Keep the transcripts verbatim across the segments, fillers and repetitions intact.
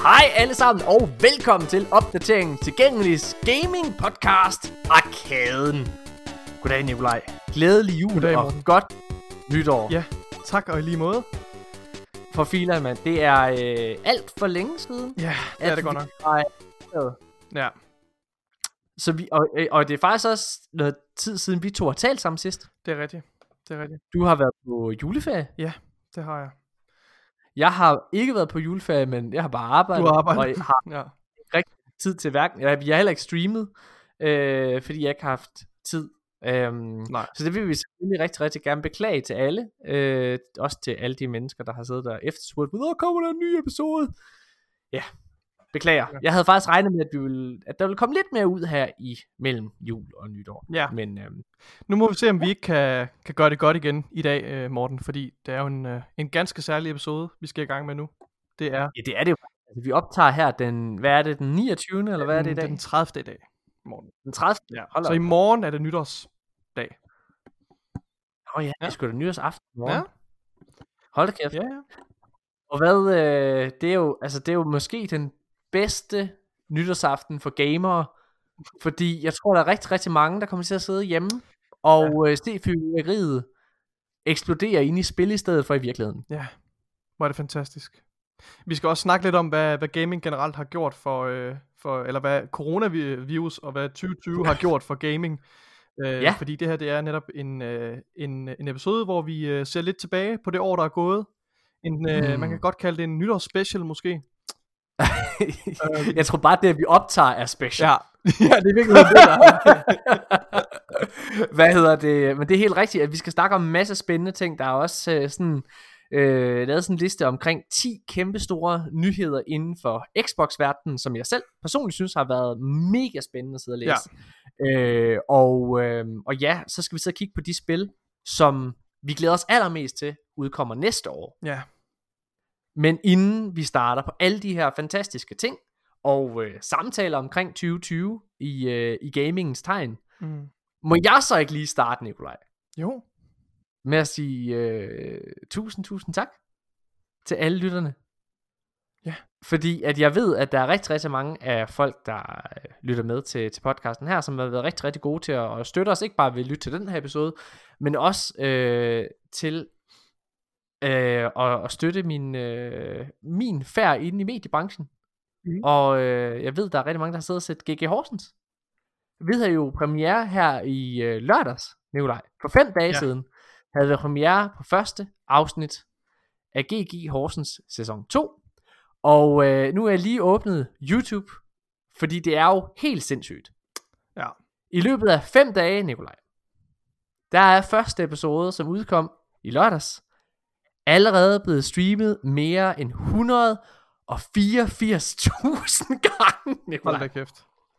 Hej alle sammen, og velkommen til opdateringen Tilgængeligs gaming podcast Arkaden. Goddag Nikolaj. Glædelig jul. Goddag, og godt nytår. Ja, tak og i lige måde. For filan, mand. Det er øh, alt for længe siden. Ja, det er det godt nok. Har... Ja. Så vi, og, og det er faktisk også noget tid siden vi to har talt sammen sidst. Det er rigtigt. Det er rigtigt. Du har været på juleferie. Ja, det har jeg. Jeg har ikke været på juleferie, men jeg har bare arbejdet. Du har arbejdet. Og jeg har ja. rigtig tid til hverken. Jeg, jeg har heller ikke streamet, øh, fordi jeg ikke har haft tid. Øhm, Nej. Så det vil vi selvfølgelig rigtig, rigtig gerne beklage til alle. Øh, også til alle de mennesker, der har siddet der efterspurgt. Hvornår kommer der en ny episode? Ja, beklager. Ja. Jeg havde faktisk regnet med, at, vi ville, at der ville komme lidt mere ud her i mellem jul og nytår. Ja. Men øhm, nu må vi se, om vi ikke kan, kan gøre det godt igen i dag, Morten. Fordi det er jo en, en ganske særlig episode, vi skal i gang med nu. Det er... Ja, det er det jo. Altså, vi optager her den, hvad er det, den niogtyvende eller hvad er det i dag? Den tredivte i dag, Morten. Den tredivte Ja. Så op. I morgen er det nytårsdag. Åh oh, ja, det er sgu da nytårsaften i morgen. Ja. Hold da kæft. Ja, ja. Og hvad, øh, det er jo, altså det er jo måske den bedste nytårsaften for gamere, fordi jeg tror, der er rigtig, rigtig mange, der kommer til at sidde hjemme og ja. øh, se fyrværkeriet eksplodere inde i spil i stedet for i virkeligheden. Ja, hvor er det fantastisk. Vi skal også snakke lidt om, hvad, hvad gaming generelt har gjort for, øh, for, eller hvad coronavirus og hvad tyve tyve har gjort for gaming. Øh, ja. Fordi det her, det er netop en, øh, en, en episode, hvor vi øh, ser lidt tilbage på det år, der er gået. En, øh, mm. Man kan godt kalde det en nytårsspecial måske. Jeg tror bare, det at vi optager er special. Ja, ja det er virkelig det der. Hvad hedder det? Men det er helt rigtigt, at vi skal snakke om en masse spændende ting. Der er også øh, sådan øh, lavet sådan en liste omkring ti kæmpe store nyheder inden for Xbox-verdenen, som jeg selv personligt synes har været mega spændende at sidde og læse. Ja. Øh, og, øh, og ja, så skal vi så kigge på de spil, som vi glæder os allermest til, udkommer næste år. Ja. Men inden vi starter på alle de her fantastiske ting og øh, samtaler omkring tyve tyve i, øh, i gamingens tegn, mm. må jeg så ikke lige starte, Nikolaj? Jo. Med at sige øh, tusind, tusind tak til alle lytterne. Ja. Fordi at jeg ved, at der er rigtig, rigtig mange af folk, der øh, lytter med til, til podcasten her, som har været rigtig, rigtig gode til at, at støtte os, ikke bare ved at lytte til den her episode, men også øh, til Øh, og, og støtte min, øh, min færd inde i mediebranchen. Mm. Og øh, jeg ved, der er rigtig mange, der har siddet og set G G Horsens. Vi havde jo premiere her i øh, lørdags, Nikolaj. For fem dage ja. siden havde vi premiere på første afsnit af G G Horsens sæson to. Og øh, nu er jeg lige åbnet YouTube, fordi det er jo helt sindssygt. Ja. I løbet af fem dage, Nikolaj, der er første episode, som udkom i lørdags, allerede blevet streamet mere end et hundrede og fireogfirs tusind gange, Nikolaj. Hold da kæft.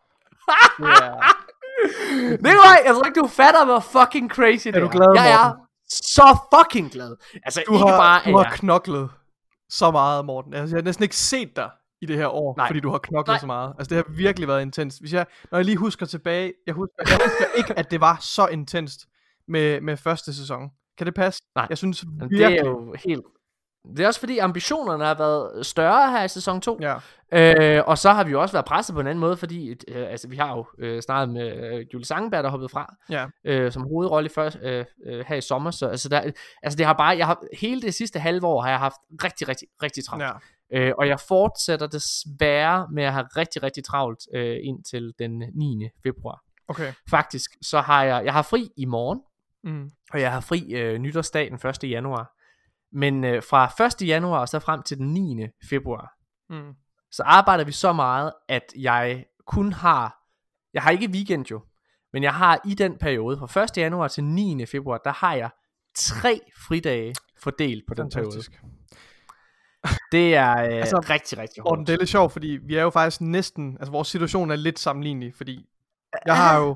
Yeah. Nikolaj, jeg tror ikke, du fatter, hvor fucking crazy det er. Er du glad, Morten? Jeg er så fucking glad. Altså, du ikke har, bare, du har jeg... knoklet så meget, Morten. Altså, jeg har næsten ikke set dig i det her år, Nej. fordi du har knoklet Nej. så meget. Altså, det har virkelig været intenst. Hvis jeg, når jeg lige husker tilbage, jeg husker, jeg husker ikke, at det var så intenst med, med første sæson. Kan det passe? Nej, jeg synes virkelig... det er jo helt... Det er også fordi ambitionerne har været større her i sæson to. Ja. øh, Og så har vi jo også været presset på en anden måde, fordi øh, altså, vi har jo øh, snakket med øh, Julie Sangenberg, der hoppet fra ja. øh, som hovedrolle først, øh, øh, her i sommer. Så altså, der, altså det har bare jeg har, hele det sidste halve år har jeg haft rigtig, rigtig, rigtig travlt. Ja. øh, Og jeg fortsætter desværre med at have rigtig, rigtig travlt øh, indtil den niende februar. Okay. Faktisk så har jeg Jeg har fri i morgen. Mm. Og jeg har fri øh, nytårsdag den første januar. Men øh, fra første januar og så frem til den niende februar, mm. så arbejder vi så meget, at jeg kun har, jeg har ikke weekend jo, men jeg har i den periode, fra første januar til niende februar, der har jeg tre fridage fordelt på den Fantastisk. periode. Det er øh, altså, rigtig, rigtig hårdt. Og det er lidt sjovt, fordi vi er jo faktisk næsten, altså vores situation er lidt sammenlignelig, fordi jeg har jo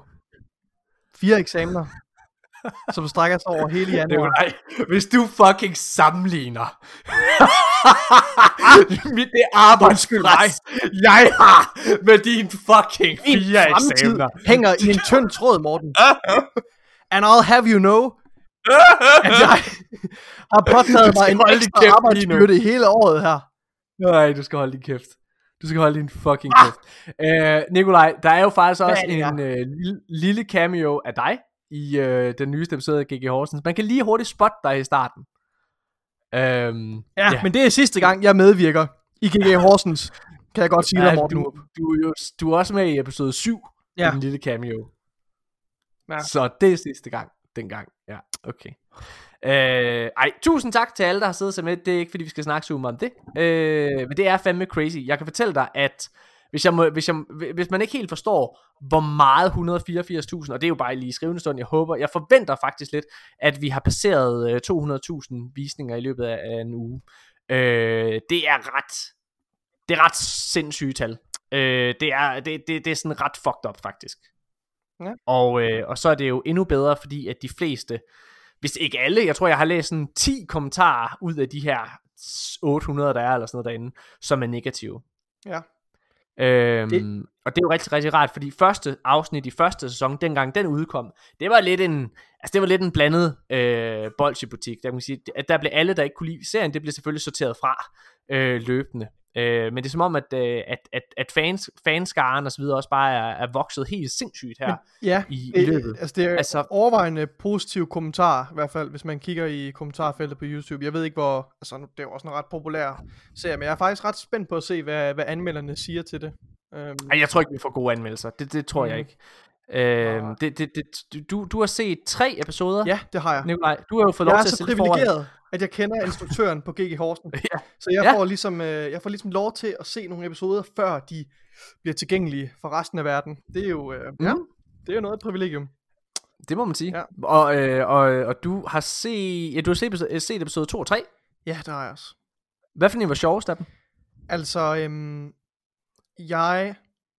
fire eksamener, som strækker sig over hele januar. Nej, hvis du fucking sammenligner mit det arbejdspres jeg har med din fucking fire eksamener hænger i en tynd tråd, Morten. And I'll have you know at jeg har påtaget mig en ekstra arbejdsbyrde i hele året her. Nej, du skal holde din kæft. Du skal holde din fucking kæft. Ah! Øh, Nikolaj, der er jo faktisk også en øh, lille, lille cameo af dig i øh, den nyeste episode af G G Horsens. Man kan lige hurtigt spotte dig i starten. Øhm, ja, ja, men det er sidste gang, jeg medvirker i G G Horsens. Kan jeg godt sige ja, dig, Morten. Du, du, er jo, du er også med i episode syv. Ja. En lille cameo. Ja. Så det er sidste gang. Dengang. Ja, okay. Øh, ej, tusind tak til alle, der har siddet sig med. Det er ikke fordi vi skal snakke så meget om det, øh, men det er fandme crazy. Jeg kan fortælle dig, at hvis, jeg må, hvis, jeg, hvis man ikke helt forstår hvor meget et hundrede og fireogfirs tusind, og det er jo bare lige i skrivende stund, jeg håber, jeg forventer faktisk lidt, at vi har passeret øh, to hundrede tusind visninger i løbet af, af en uge. øh, Det er ret Det er ret sindssyge tal. øh, det, er, det, det, det er sådan ret fucked up faktisk. Ja. Og, øh, og så er det jo endnu bedre, fordi at de fleste, hvis ikke alle, jeg tror jeg har læst sådan ti kommentarer ud af de her otte hundrede der er, eller sådan noget derinde, som er negative. Ja. Øhm, det. Og det er jo rigtig, rigtig rart, fordi første afsnit i første sæson, dengang den udkom, det var lidt en, altså det var lidt en blandet øh, bolsjebutik. Der kan man sige, at der blev alle, der ikke kunne lide serien, det blev selvfølgelig sorteret fra øh, løbende. Øh, men det er som om, at, øh, at, at, at fans, fanskaren og så videre også bare er, er vokset helt sindssygt her. Men, ja, i, i løbet. Øh, altså det er altså, overvejende positive kommentarer, i hvert fald hvis man kigger i kommentarfeltet på YouTube. Jeg ved ikke hvor, altså det er jo også en ret populær serie, men jeg er faktisk ret spændt på at se, hvad, hvad anmelderne siger til det. Um, Ej, jeg tror ikke, vi får gode anmeldelser. Det, det tror mm. jeg ikke. Øhm, det, det, det, du, du har set tre episoder. Ja, det har jeg. Nikolaj, du har jo fået lov til at sætte foran. Jeg er så privilegeret, at jeg kender instruktøren på G G Horsen. Ja. Så jeg, ja. får ligesom, øh, jeg får ligesom lov til at se nogle episoder, før de bliver tilgængelige for resten af verden. Det er jo, øh, mm. ja, det er jo noget af et privilegium. Det må man sige. Ja. Og, øh, og, og du har set, ja, du har set episode, set episode to og tre. Ja, det har jeg også. Hvad for en var sjovest af dem? Altså, øhm, jeg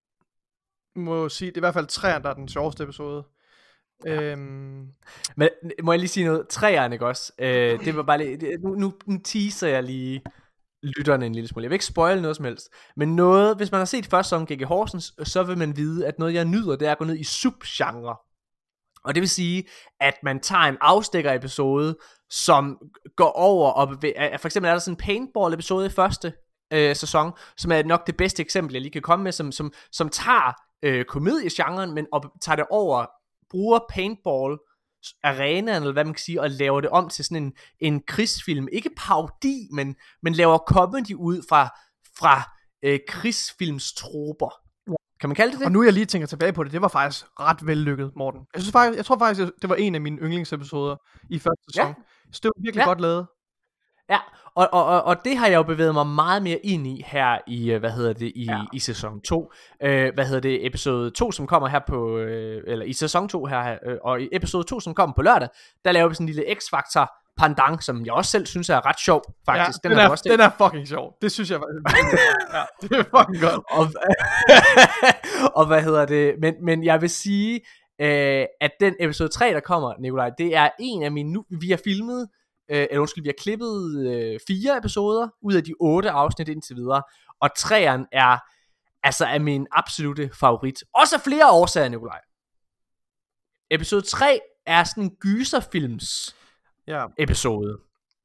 må sige, det er i hvert fald træerne, der er den sjoveste episode. Ja. Øhm. Men må jeg lige sige noget? Træerne, ikke også? Øh, det var bare lige, nu, nu, nu teaser jeg lige lytterne en lille smule. Jeg vil ikke spoil noget som helst. Men noget, hvis man har set første sæson G G Horsens, så vil man vide, at noget jeg nyder, det er at gå ned i subgenre. Og det vil sige, at man tager en afstikker episode, som går over og bevæger, for eksempel er der sådan en paintball episode i første øh, sæson, som er nok det bedste eksempel jeg lige kan komme med, som, som, som tager øh, komediegenren, men og tager det over, bruger paintball arenaen, eller hvad man kan sige, og laver det om til sådan en, en krigsfilm, ikke parodi, men, men laver comedy ud fra, fra øh, krigsfilmstroper. Kan man kalde det det? Og nu jeg lige tænker tilbage på det, det var faktisk ret vellykket, Morten. Jeg synes faktisk, jeg tror faktisk, det var en af mine yndlingsepisoder i første sæson. Ja. Så det var virkelig ja. godt lavet. Ja, og, og, og, og det har jeg jo bevæget mig meget mere ind i her i, hvad hedder det, i, ja. i sæson to. Øh, hvad hedder det, episode to, som kommer her på, øh, eller i sæson to her, øh, og i episode to, som kommer på lørdag, der laver vi sådan en lille X-Factor pendant, som jeg også selv synes er ret sjov, faktisk. Ja, den, den, er, også den er fucking sjov. Det synes jeg faktisk. Ja, det er fucking godt. og, og hvad hedder det, men, men jeg vil sige, øh, at den episode tre, der kommer, Nikolaj, det er en af mine, nu, vi har filmet, øh, eller undskyld, vi har klippet øh, fire episoder, ud af de otte afsnit indtil videre, og treeren er, altså er min absolute favorit. Også flere årsager, Nikolaj. Episode tre er sådan en gyserfilms ja. episode.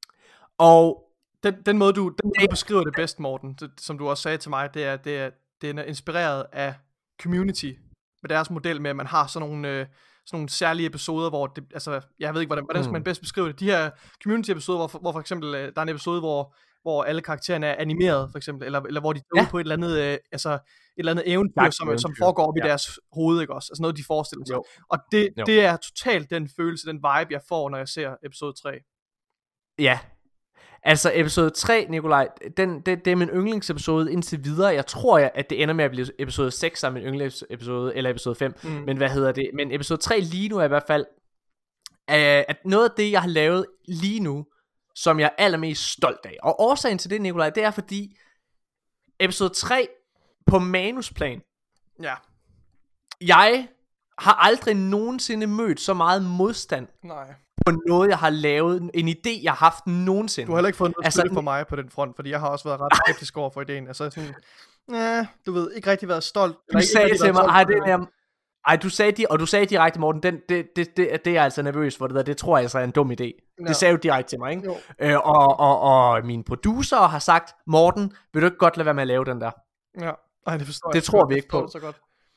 Og den, den måde du, den måde, du beskriver det bedst, Morten, det, som du også sagde til mig, det er, det er, den er inspireret af Community, med deres model med, at man har sådan nogle, øh, sådan nogle særlige episoder, hvor det, altså, jeg ved ikke, hvordan, hvordan skal man bedst beskrive det. De her Community-episoder, hvor, hvor for eksempel, øh, der er en episode, hvor, hvor alle karaktererne er animeret, for eksempel, eller, eller hvor de er ja. på et eller andet, øh, altså, et eller andet eventyr, som, som foregår op ja. i deres hoved, ikke også? Altså noget, de forestiller sig. Jo. Og det, det er totalt den følelse, den vibe, jeg får, når jeg ser episode tre. Ja. Altså episode tre, Nikolaj, den, det, det er min yndlingsepisode indtil videre. Jeg tror, jeg, at det ender med at blive episode seks som min yndlingsepisode, eller episode fem. Mm. Men hvad hedder det? Men episode tre lige nu er i hvert fald, øh, at noget af det, jeg har lavet lige nu, som jeg er allermest stolt af. Og årsagen til det, Nikolaj, det er fordi, episode tre på manusplan, ja. jeg har aldrig nogensinde mødt så meget modstand. Nej. På noget jeg har lavet, en idé jeg har haft nogensinde. Du har heller ikke fået noget altså, støtte for mig på den front, fordi jeg har også været ret skeptisk over for ideen. Altså sådan, ja, du ved, ikke rigtig været stolt. Du sagde til mig, ej, det er, ej, du sagde de, og du sagde direkte, Morten, den, det, det, det, det er jeg altså nervøs for, det der, det tror jeg altså er en dum idé. No. Det sagde du direkte til mig, ikke? Øh, og, og, og min producer har sagt, Morten, vil du ikke godt lade være med at lave den der? Ja, nej, det forstår det jeg. tror godt. vi ikke på. Så godt.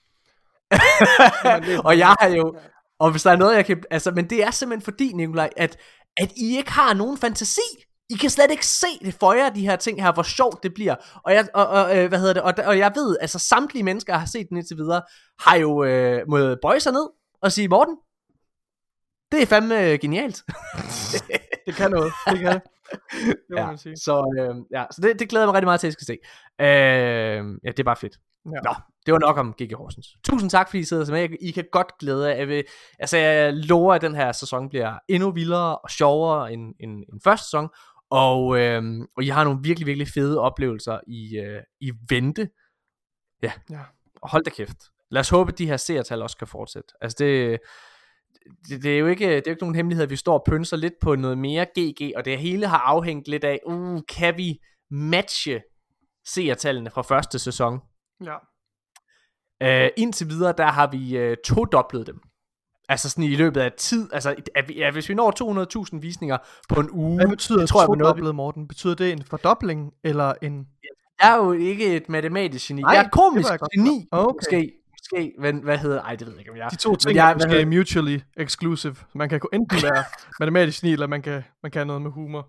Og jeg har jo, og hvis der er noget jeg kan, altså, men det er simpelthen fordi, Nikolaj, at, at I ikke har nogen fantasi. I kan slet ikke se det for jer, de her ting her, hvor sjovt det bliver. Og jeg, og, og, øh, hvad hedder det, og, og jeg ved, altså samtlige mennesker, jeg har set den indtil videre, har jo øh, måttet bøje sig ned og sige, Morten, det er fandme øh, genialt. Det kan noget, det kan det. Det må ja, man sige. Så, øh, ja, så det, det glæder jeg mig rigtig meget til, at jeg skal se. Øh, ja, det er bare fedt. Ja. Nå, det var nok om G G Horsens. Tusind tak, fordi I sidder med. I kan godt glæde jer. Jeg, vil, altså, jeg lover, at den her sæson bliver endnu vildere og sjovere end, end, end første sæson. Og, øh, og I har nogle virkelig, virkelig fede oplevelser i, øh, i vente. Ja. ja, og hold da kæft. Lad os håbe, at de her seertal også kan fortsætte. Altså, det... Det, det er jo ikke, det er jo ikke nogen hemmelighed, at vi står og pønser lidt på noget mere G G, og det hele har afhængt lidt af, uh, kan vi matche seertallene fra første sæson? Ja. Uh, indtil videre, der har vi uh, todoblet dem. Altså sådan i løbet af tid, altså at vi, ja, hvis vi når to hundrede tusind visninger på en uge. Hvad betyder det, tror jeg, todoblet, noget, Morten? Betyder det en fordobling, eller en... Jeg er jo ikke et matematisk geni. Nej, jeg er et komisk geni, okay. måske. Måske, men hvad hedder, ej det ved jeg ikke om jeg. De to ting jeg, er måske hedder... mutually exclusive. Man kan enten være matematisk geni, eller man kan, man kan have noget med humor.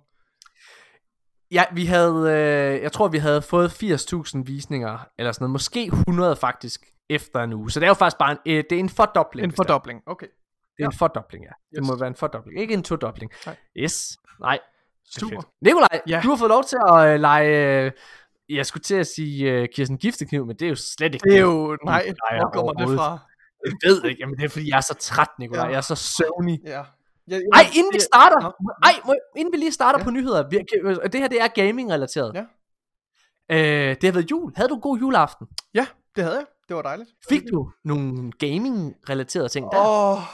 Ja, vi havde, øh, jeg tror vi havde fået firs tusind visninger, eller sådan noget, måske hundrede faktisk, efter en uge. Så det er jo faktisk bare en, øh, det er en fordobling. En fordobling, okay. Det er ja. en fordobling, ja. Det yes. må være en fordobling, ikke en todobling. Nej. Yes, nej. Super. Nikolaj, ja. du har fået lov til at øh, lege... Øh, jeg skulle til at sige uh, Kirsten Giftekniv, men det er jo slet ikke det. er jo, nej, hvor kommer det fra? Jeg ved ikke, jamen det er fordi jeg er så træt, Nikolaj, ja. jeg er så søvnig. Ja. Ja, ej, inden vi starter, ej, må, inden vi lige starter ja. på nyheder, vi, det her det er gaming-relateret. Ja. Øh, det har været jul. Havde du en god juleaften? Ja, det havde jeg. Det var dejligt. Fik du nogle gaming-relaterede ting der? Åh, oh,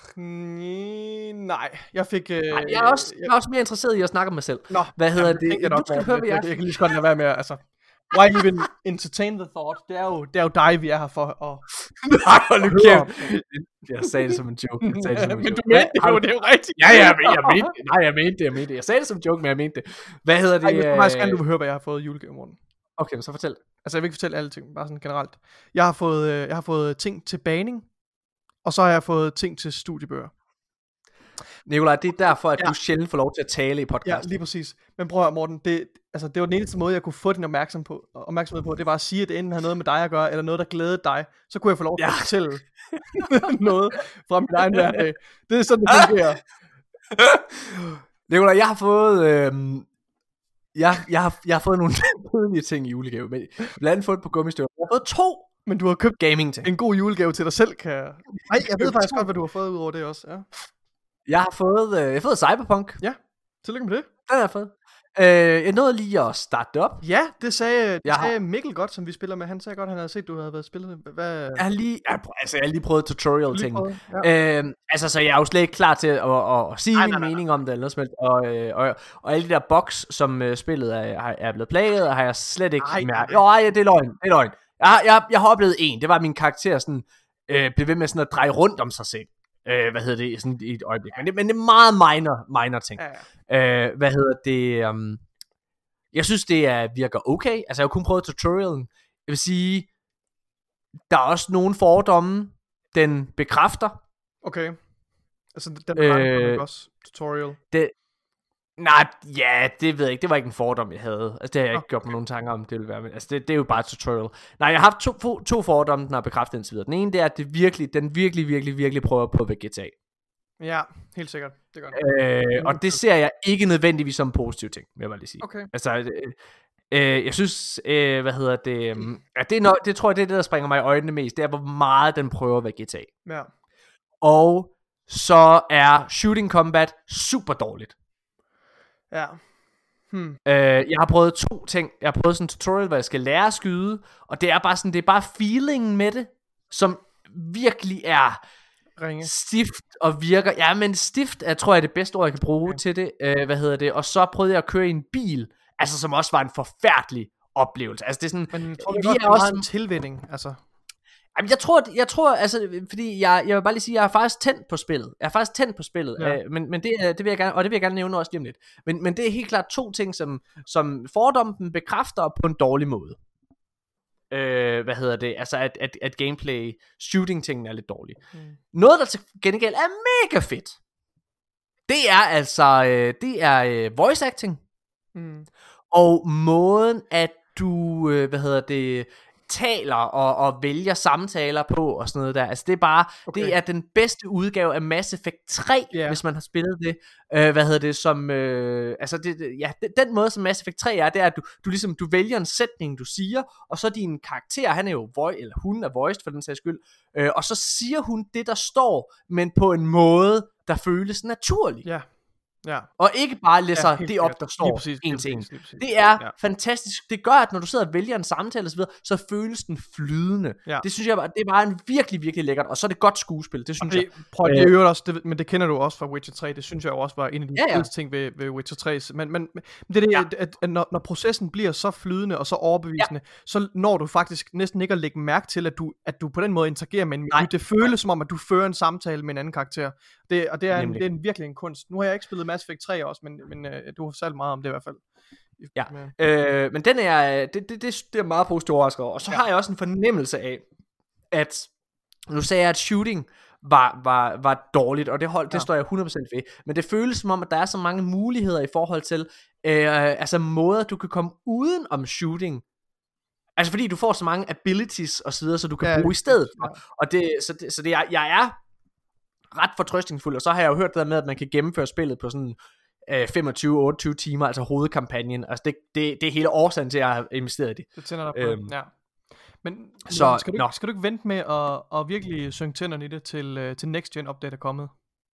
nej. Jeg fik... Øh, Ej, jeg, er også, jeg er også mere interesseret i at snakke om mig selv. Nå, hvad hedder jamen, det? Jeg, nok, jeg, jeg, jeg, jeg kan lige så godt lade være med at... Altså, why even entertain the thought? Det er jo, det er jo dig, vi er her for at... Nej, hold nu kæft. Jeg sagde det som en joke. Jeg sagde det som en men joke. du mente det jo, det er jo rigtigt. Ja, ja, men jeg mente det. Nej, jeg mente det, jeg mente det. Jeg sagde det som en joke, men jeg mente det. Hvad hedder det? Ej, jeg tror faktisk gerne, du vil høre, hvad jeg har fået i julegave i morgen. Okay, så fortæl. Altså, jeg vil ikke fortælle alle ting, bare sådan generelt. Jeg har fået, øh, jeg har fået ting til baning, og så har jeg fået ting til studiebøger. Nikolaj, det er derfor, at ja. du sjældent får lov til at tale i podcast. Ja, lige præcis. Men prøv at høre, Morten, det, altså, det var den eneste måde, jeg kunne få din opmærksomhed på, opmærksomhed på, det var at sige, at det enten havde noget med dig at gøre, eller noget, der glædede dig. Så kunne jeg få lov til ja. at fortælle noget fra min egen hverdag. Det er sådan, det fungerer. Nikolaj, jeg har fået... Øh, jeg, jeg, har, jeg har fået nogle kedelige ting i julegave. Men blandt andet fået på gummistøvler. Jeg har fået to. Men du har købt gaming ting. En god julegave til dig selv, kan jeg... Nej, jeg ved faktisk godt, hvad du har fået ud over det også. Ja. Jeg har fået, øh, jeg har fået Cyberpunk. Ja, tillykke med det. Den har jeg fået. Øh, jeg nåede lige at starte det op. Ja, det sagde, det jeg sagde har... Mikkel godt, som vi spiller med. Han sagde godt, han havde set, at du havde været spillet. Hvad... Jeg har lige, jeg, altså, jeg har lige prøvet tutorial-ting. Ja. Øh, altså, så jeg er jo slet ikke klar til at, at, at sige nej, min nej, nej, mening om det. Eller noget og, og, og, og alle de der boks, som uh, spillet er, er blevet plaget, har jeg slet ikke mærket. Jo, ej, det er løgn. Det er løgn. Jeg, jeg, jeg har oplevet en. Det var, at min karakter sådan, øh, blev ved med sådan at dreje rundt om sig selv. Øh, hvad hedder det, sådan i et øjeblik. Men det, men det er meget minor, minor ting. Ja, ja. Øh, hvad hedder det? Um, jeg synes, det er, virker okay. Altså, jeg har kun prøvet tutorialen. Jeg vil sige, der er også nogle fordomme, den bekræfter. Okay. Altså, den er øh, også tutorial. Det, nej, ja, det ved jeg ikke. Det var ikke en fordom, jeg havde. Altså, det har jeg ikke gjort mig nogen tanker om, det ville være. Men, altså, det, det er jo bare et tutorial. Nej, jeg har haft to, to fordomme, den har bekræftet indtil videre. Den ene, det er, at det virkelig, den virkelig, virkelig, virkelig prøver på ved G T A. Ja, helt sikkert. Det gør det. Øh, og det ser jeg ikke nødvendigvis som en positiv ting, vil jeg bare lige sige. Okay. Altså, øh, jeg synes, øh, hvad hedder det, øh, ja, det, er no, det tror jeg, det er det, der springer mig i øjnene mest. Det er, hvor meget den prøver ved G T A. Ja. Og så er shooting combat super dårligt. Ja. Hmm. Øh, jeg har prøvet to ting. Jeg har prøvet sådan en tutorial, hvor jeg skal lære at skyde, og det er bare sådan, det er bare feelingen med det, som virkelig er ringe, stift og virker. Ja, men stift er, tror jeg, det bedste ord, jeg kan bruge okay. til det. Øh, hvad hedder det? Og så prøvede jeg at køre i en bil, altså som også var en forfærdelig oplevelse. Altså det er sådan, men jeg tror, det er godt, er også en tilvænning, altså. Jamen, jeg tror, jeg tror, altså, fordi jeg, jeg vil bare lige sige, jeg er faktisk tændt på spillet. Jeg er faktisk tændt på spillet, ja. øh, men, men det, det vil jeg gerne, og det vil jeg gerne nævne også lige om lidt. Men, men det er helt klart to ting, som, som fordommen bekræfter på en dårlig måde. øh, hvad hedder det, altså at, at, at gameplay, shooting-tingene er lidt dårlige. Mm. Noget, der til gengæld er mega fedt, det er altså, øh, det er øh, voice acting, mm. og måden, at du, øh, hvad hedder det, taler og, og vælger samtaler på og sådan noget der. Altså det er bare, okay. det er den bedste udgave af Mass Effect tre, yeah. hvis man har spillet det. Øh, hvad hedder det, som, øh, altså det, ja, den måde som Mass Effect tre er, det er, at du, du ligesom, du vælger en sætning, du siger, og så din karakter, han er jo voice, eller hun er voiced for den sags skyld, øh, og så siger hun det, der står, men på en måde, der føles naturlig. Ja. Yeah. Ja. Og ikke bare læser ja, det op, der står præcis, en til en. Det er ja. fantastisk. Det gør, at når du sidder og vælger en samtale og så videre, så føles den flydende. Ja. Det synes jeg, det er bare en virkelig, virkelig lækkert. Og så er det godt skuespil, det synes det, jeg. Prøv, det øh, også, det, men det kender du også fra Witcher tre. Det synes jeg også var en af de ja, ja. ting ved, ved Witcher tre. Men, men, men det er det, ja. at, at når, når processen bliver så flydende og så overbevisende, ja. så når du faktisk næsten ikke at lægge mærke til, at du, at du på den måde interagerer med en menu. Det føles Nej. som om, at du fører en samtale med en anden karakter. Det, og det er, en, det er en, virkelig en kunst. Nu har jeg ikke spillet Mass Effect tre også, men, men uh, du har fortalt meget om det i hvert fald. Ja, øh, men den er, det, det, det, det er meget positivt overrasket over. Og så ja. har jeg også en fornemmelse af, at nu sagde jeg, at shooting var, var, var dårligt, og det, hold, ja. det står jeg hundrede procent ved. Men det føles som om, at der er så mange muligheder i forhold til, øh, altså måder, du kan komme uden om shooting. Altså fordi du får så mange abilities og så videre, så du kan ja, bruge i stedet for. Ja. Og det, så det, så det er, jeg er ret fortrøstningsfuld, og så har jeg jo hørt det der med, at man kan gennemføre spillet på sådan øh, femogtyve otteogtyve timer, altså hovedkampagnen. Altså det, det, det er hele årsagen til, at jeg har investeret i det. Det tænder dig på, øhm, ja. Men så, skal, du ikke, skal du ikke vente med at, at virkelig synge tænderne i det, til, uh, til Next Gen Update er kommet?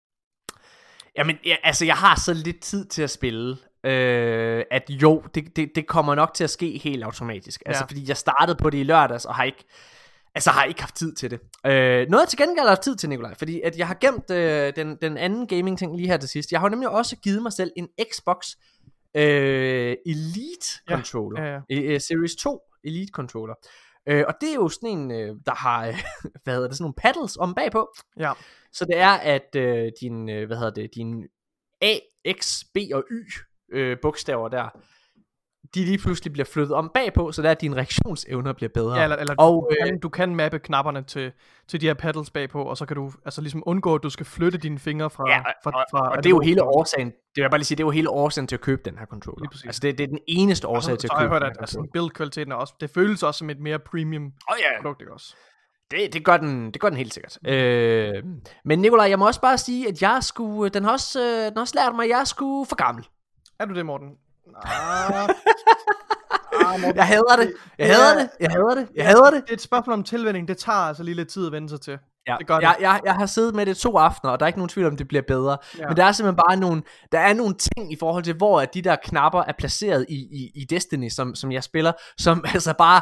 Jamen, ja, altså jeg har så lidt tid til at spille, øh, at jo, det, det, det kommer nok til at ske helt automatisk. Altså ja. fordi jeg startede på det i lørdags, og har ikke Altså har ikke haft tid til det. øh, Noget til gengæld har haft tid til, Nikolaj, fordi at jeg har gemt øh, den, den anden gaming ting lige her til sidst. Jeg har nemlig også givet mig selv en Xbox øh, Elite Controller, ja, ja, ja. Uh, Series to Elite Controller. øh, Og det er jo sådan en øh, der har øh, hvad hedder det, sådan nogle paddles om bagpå. Ja. Så det er at øh, din, øh, hvad hedder det, din A, X, B og Y øh, bogstaver der, de lige pludselig bliver flyttet om bagpå, så der er dine reaktionsevner bliver bedre. Ja, eller, eller og, du, kan, du kan mappe knapperne til, til de her paddles bagpå, og så kan du altså ligesom undgå, at du skal flytte dine fingre fra... Ja, fra, og, fra, og, og det er jo hele årsagen, det vil jeg bare lige sige, det er jo hele årsagen til at købe den her controller. Altså det, det er den eneste årsag altså, til at købe den. Så har jeg hørt, at altså, build-kvaliteten er også, det føles også som et mere premium oh, yeah. produkt, ikke også? Det, det, gør den, det gør den helt sikkert. Mm. øh, Men Nikolaj, jeg må også bare sige, at jeg skulle, den har også, øh, den har også lært mig, at jeg skulle for gammel. Er du det, Morten? Ah. Jeg hader det. Jeg hader det. Jeg hader det. Jeg hader det. Det er et spørgsmål om tilvænning. Det tager altså lige lidt tid at vende sig til. Ja. Det gør det. Jeg, jeg, jeg har siddet med det to aftener, og der er ikke nogen tvivl om, det bliver bedre. Ja. Men der er simpelthen bare nogle, der er nogle ting i forhold til, hvor de der knapper er placeret i, i, i Destiny, som, som jeg spiller, som altså bare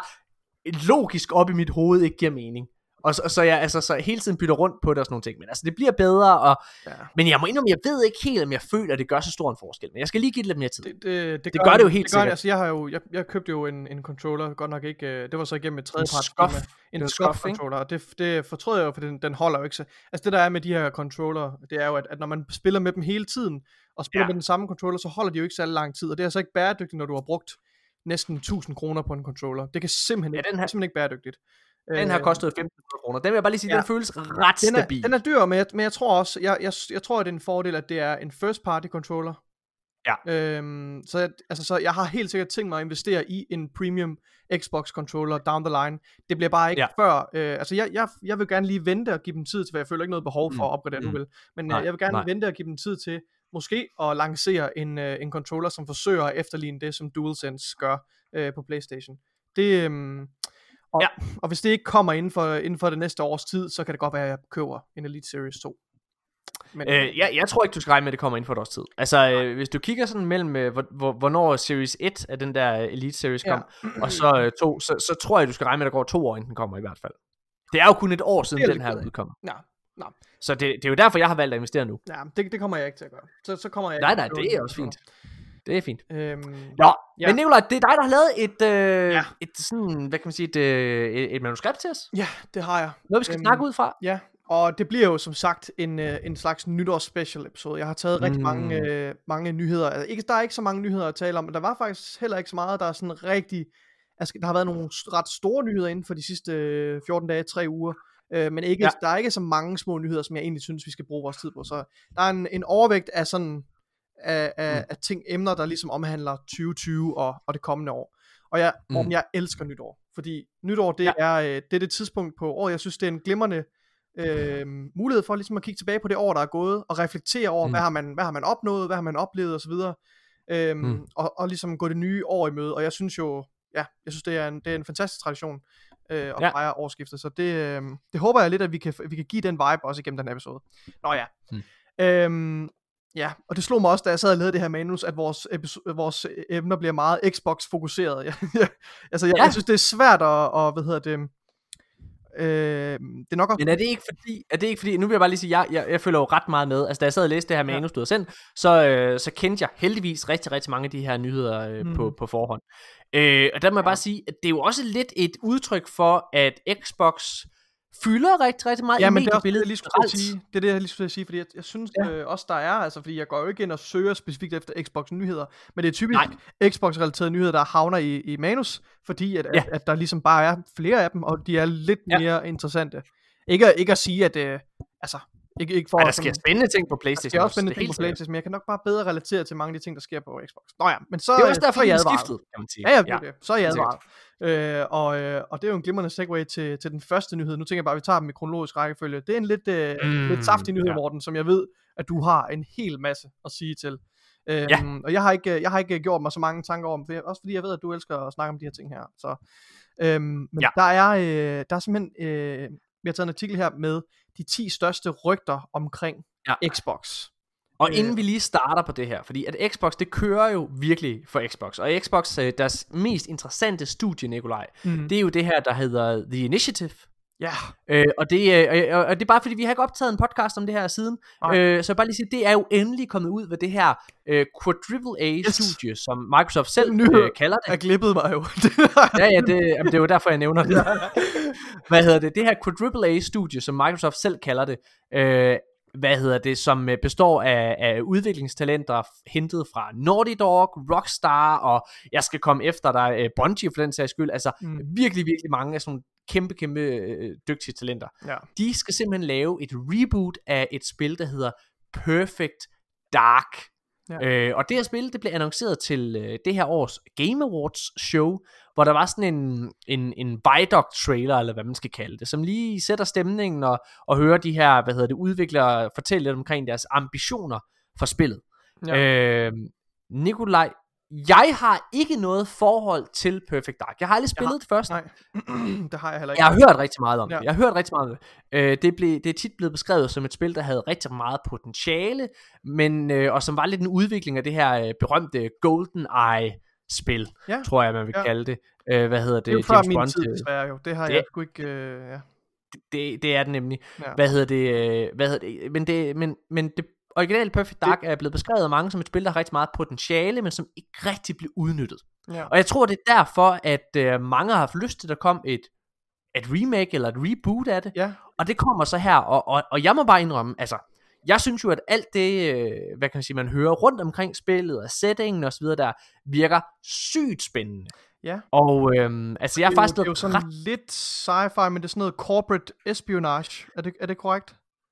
logisk op i mit hoved ikke giver mening. Og så, så jeg altså så hele tiden bytter rundt på det og sådan nogle ting. Men altså det bliver bedre og, ja. Men jeg må indrømme, jeg ved ikke helt, om jeg føler, at det gør så stor en forskel. Men jeg skal lige give det lidt mere tid. Det, det, det, det gør, gør det jo helt det sikkert. Det, altså jeg har jo jeg, jeg købte jo en, en controller, godt nok ikke. Det var så igennem et tredjeparts en, en Scuff controller, og det, det fortrød jeg jo, for den, den holder jo ikke så. Altså det der er med de her controller, det er jo at, at når man spiller med dem hele tiden og spiller ja. med den samme controller, så holder de jo ikke så lang tid, og det er altså ikke bæredygtigt, når du har brugt næsten tusind kroner på en controller. Det kan simpelthen ja, ikke, den her, simpelthen ikke bæredygtigt. Den har kostet femten hundrede kroner. Den vil jeg bare lige sige, ja. den føles ret den er, stabil. Den er dyr, men jeg, men jeg tror også, jeg, jeg, jeg tror, at det er en fordel, at det er en first party controller. Ja. Øhm, så, jeg, altså, så jeg har helt sikkert tænkt mig at investere i en premium Xbox controller down the line. Det bliver bare ikke ja. før. Øh, altså jeg, jeg, jeg vil gerne lige vente og give dem tid til, for jeg føler ikke noget behov for at opgradere mm. nu vel. Men nej, jeg vil gerne nej. vente og give dem tid til måske at lancere en, uh, en controller, som forsøger at efterligne det, som DualSense gør uh, på PlayStation. Det... Um, Og, ja. og hvis det ikke kommer inden for, inden for det næste års tid, så kan det godt være, at jeg køber en Elite Series to. Men, øh, jeg, jeg tror ikke, du skal regne med, at det kommer inden for et års tid. Altså, øh, hvis du kigger sådan mellem, øh, hvor, hvor, hvornår Series et af den der Elite Series kom, ja. og så øh, to, så, så tror jeg, du skal regne med, at der går to år, inden den kommer i hvert fald. Det er jo kun et år siden, den her udkommer. Ja. No. Så det, det er jo derfor, jeg har valgt at investere nu. Ja, det, det kommer jeg ikke til at gøre. Så, så kommer jeg nej, nej, det er også fint. Det er fint. Øhm, Nå, ja. Men Nikolaj, det er dig, der har lavet et, øh, ja. et sådan, hvad kan man sige, et, øh, et, et manuskript til os? Ja, det har jeg. Noget, vi skal øhm, snakke ud fra? Ja, og det bliver jo som sagt en, øh, en slags nytårs special episode. Jeg har taget mm. rigtig mange, øh, mange nyheder. Altså, ikke, der er ikke så mange nyheder at tale om, men der var faktisk heller ikke så meget, der sådan rigtig altså, der har været nogle ret store nyheder inden for de sidste fjorten dage, tre uger, øh, men ikke, ja. der er ikke så mange små nyheder, som jeg egentlig synes, vi skal bruge vores tid på. Så der er en, en overvægt af sådan af, af, mm. af ting, emner, der ligesom omhandler tyve tyve og, og det kommende år. Og jeg, mm. om jeg elsker nytår, fordi nytår, det, ja. er, øh, det er det tidspunkt på året, jeg synes, det er en glimrende øh, mulighed for ligesom at kigge tilbage på det år, der er gået, og reflektere over, mm. hvad, har man, hvad har man opnået, hvad har man oplevet osv., øhm, mm. og, og ligesom gå det nye år i møde. Og jeg synes jo, ja, jeg synes, det er en, det er en fantastisk tradition øh, at ja. fejre årsskiftet, så det, øh, det håber jeg lidt, at vi kan, vi kan give den vibe også igennem den episode. Nå ja. Mm. Øhm, Ja, og det slog mig også, da jeg sad og lavede det her manus, at vores, episode, vores emner bliver meget Xbox-fokuseret. altså, jeg, ja. jeg synes, det er svært at, og, hvad hedder det, øh, det er nok også... Men er det ikke fordi, er det ikke fordi, nu vil jeg bare lige sige, jeg, jeg, jeg følger jo ret meget med, altså da jeg sad og læste det her manus, ja. du havde sendt, så, øh, så kendte jeg heldigvis rigtig, rigtig mange af de her nyheder øh, mm. på, på forhånd. Øh, og der må jeg bare sige, at det er jo også lidt et udtryk for, at Xbox fylder rigtig, rigtig meget ja, i men det er også det, jeg lige skulle sige. Det er det, jeg lige skulle sige, fordi jeg, jeg synes ja. øh, også, der er, altså fordi jeg går jo ikke ind og søger specifikt efter Xbox-nyheder, men det er typisk Nej. Xbox-relaterede nyheder, der havner i, i manus, fordi at, ja. at, at der ligesom bare er flere af dem, og de er lidt ja. mere interessante. Ikke, ikke at sige, at øh, altså, ikke, ikke for... Ej, der sker spændende ting på PlayStation. Der sker også spændende ting på PlayStation, men jeg kan nok bare bedre relatere til mange af de ting, der sker på Xbox. Nå ja, men så... Det er også derfor, jeg er skiftet, kan man sige. Ja, ja, det er det. Så er jeg advaret. Øh, og, øh, og det er jo en glimrende segue til, til den første nyhed. Nu tænker jeg bare, at vi tager dem i kronologisk rækkefølge. Det er en lidt, øh, mm, lidt saftig nyhed, ja. Morten, som jeg ved, at du har en hel masse at sige til. Øhm, ja. Og jeg har, ikke, jeg har ikke gjort mig så mange tanker om, for også fordi jeg ved, at du elsker at snakke om de her ting her. Så, øhm, men ja. der, er, øh, der er simpelthen, øh, vi har taget en artikel her med de ti største rygter omkring ja. Xbox. Og inden vi lige starter på det her, fordi at Xbox, det kører jo virkelig for Xbox. Og Xbox, deres mest interessante studie, Nikolaj, mm. det er jo det her, der hedder The Initiative. Ja. Øh, og, det, øh, og det er bare fordi, vi har ikke optaget en podcast om det her siden. Øh, så jeg bare lige sige, det er jo endelig kommet ud ved det her øh, Quadruple A-studie, yes. som Microsoft selv øh, kalder det. Jeg glippede mig jo. ja, ja, det, jamen, det er jo derfor, jeg nævner det. Hvad hedder det? Det her Quadruple A-studie, som Microsoft selv kalder det, øh, hvad hedder det, som består af, af udviklingstalenter hentet fra Naughty Dog, Rockstar, og jeg skal komme efter dig, Bungie for den sags skyld, altså mm. virkelig, virkelig mange af sådan nogle kæmpe, kæmpe øh, dygtige talenter. Ja. De skal simpelthen lave et reboot af et spil, der hedder Perfect Dark. Ja. Øh, og det her spil, det blev annonceret til øh, det her års Game Awards show, hvor der var sådan en, en, en Vidoc trailer, eller hvad man skal kalde det, som lige sætter stemningen og, og hører de her, hvad hedder det, udviklere fortælle lidt omkring deres ambitioner for spillet. Ja. Øh, Nikolaj, jeg har ikke noget forhold til Perfect Dark. Jeg har aldrig spillet har, det først. Nej, det har jeg heller ikke. Jeg har hørt rigtig meget om ja. det. Jeg har hørt rigtig meget om det. Øh, det, blev, det er tit blevet beskrevet som et spil, der havde rigtig meget potentiale, men, øh, og som var lidt en udvikling af det her øh, berømte GoldenEye-spil, ja. tror jeg, man vil ja. kalde det. Øh, hvad hedder det? Det er jo før min tid, desværre jo. Det har det, jeg sgu ikke... Øh, ja. det, det er det nemlig. Ja. Hvad hedder det? Øh, hvad hedder det? Men det... Men, men det originalt Perfect Dark det... er blevet beskrevet af mange som et spil, der har rigtig meget potentiale, men som ikke rigtig blev udnyttet. Ja. Og jeg tror, det er derfor, at øh, mange har haft lyst til, at der kom et, et remake eller et reboot af det. Ja. Og det kommer så her, og, og, og jeg må bare indrømme, altså, jeg synes jo, at alt det, øh, hvad kan man sige, man hører rundt omkring spillet, og settingen og så videre der, virker sygt spændende. Ja. Og øhm, altså, jeg er faktisk... Det er jo sådan ret... lidt sci-fi, men det er sådan noget corporate espionage. Er det, er det korrekt?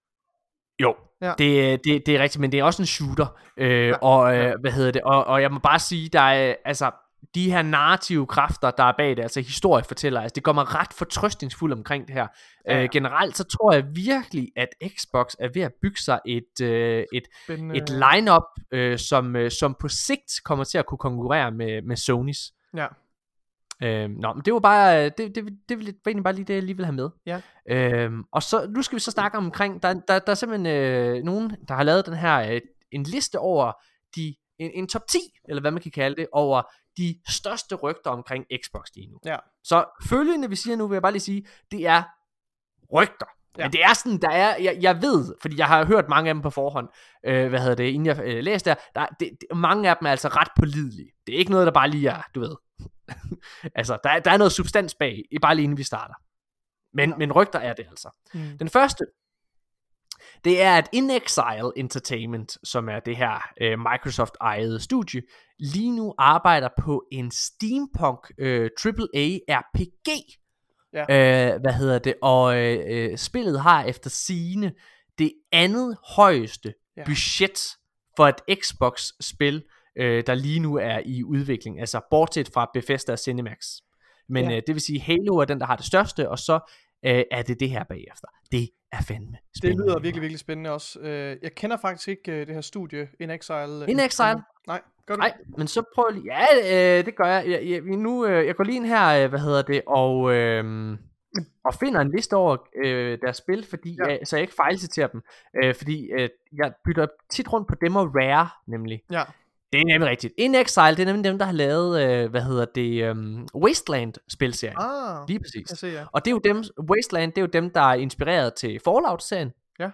Jo, ja. det, det, det er rigtigt, men det er også en shooter, øh, ja. og øh, hvad hedder det, og, og jeg må bare sige, der er, altså, de her narrative kræfter, der er bag det, altså historiefortæller, altså det gør mig ret fortrøstningsfuld omkring det her. Ja, ja. Øh, generelt så tror jeg virkelig, at Xbox er ved at bygge sig et, øh, et, Spændende. et line-up, øh, som, øh, som på sigt kommer til at kunne konkurrere med, med Sonys. Ja. Øhm, nå, men det var bare det, det, det, det var egentlig bare lige det, jeg lige vil have med. Ja. Øhm, og så nu skal vi så snakke omkring, der, der, der er simpelthen øh, nogen, der har lavet den her øh, en liste over de en, en top ti, eller hvad man kan kalde det, over de største rygter omkring Xbox lige nu. Ja. Så følgende vi siger nu, vil jeg bare lige sige, det er rygter. Ja. Men det er sådan, der er, jeg, jeg ved, fordi jeg har hørt mange af dem på forhånd, øh, hvad hedder det, inden jeg øh, læste der, der det, det, mange af dem er altså ret pålidelige. Det er ikke noget, der bare lige er, du ved. altså, der, der er noget substans bag, bare lige inden vi starter. Men, ja. men rygter er det altså. Mm. Den første, det er, at InXile Entertainment, som er det her øh, Microsoft-ejede studie, lige nu arbejder på en steampunk øh, triple A R P G. Ja. Øh, hvad hedder det? Og øh, spillet har efter sigende det andet højeste ja. budget for et Xbox-spil, øh, der lige nu er i udvikling. Altså bortset fra Bethesda og Cinemax. Men ja. øh, det vil sige, Halo er den, der har det største, og så øh, er det det her bagefter. Det er fandme spændende. Det lyder virkelig, virkelig spændende også. Uh, jeg kender faktisk ikke uh, det her studie, InXile. InXile? Nej, gør du? Nej, men så prøv lige. Ja, øh, det gør jeg. Jeg, jeg, nu, øh, jeg går lige ind her, øh, hvad hedder det, og, øh, og finder en liste over øh, deres spil, fordi, ja. øh, så jeg ikke fejlciterer dem. Øh, fordi øh, jeg bytter tit rundt på dem og Rare, nemlig. Ja. Det er nemlig rigtigt. InXile, det er nemlig dem, der har lavet, øh, hvad hedder det, um, Wasteland-spilserien. Ah, lige præcis. Jeg ser, ja. Og det er jo dem, Wasteland, det er jo dem, der er inspireret til Fallout-serien. Ja.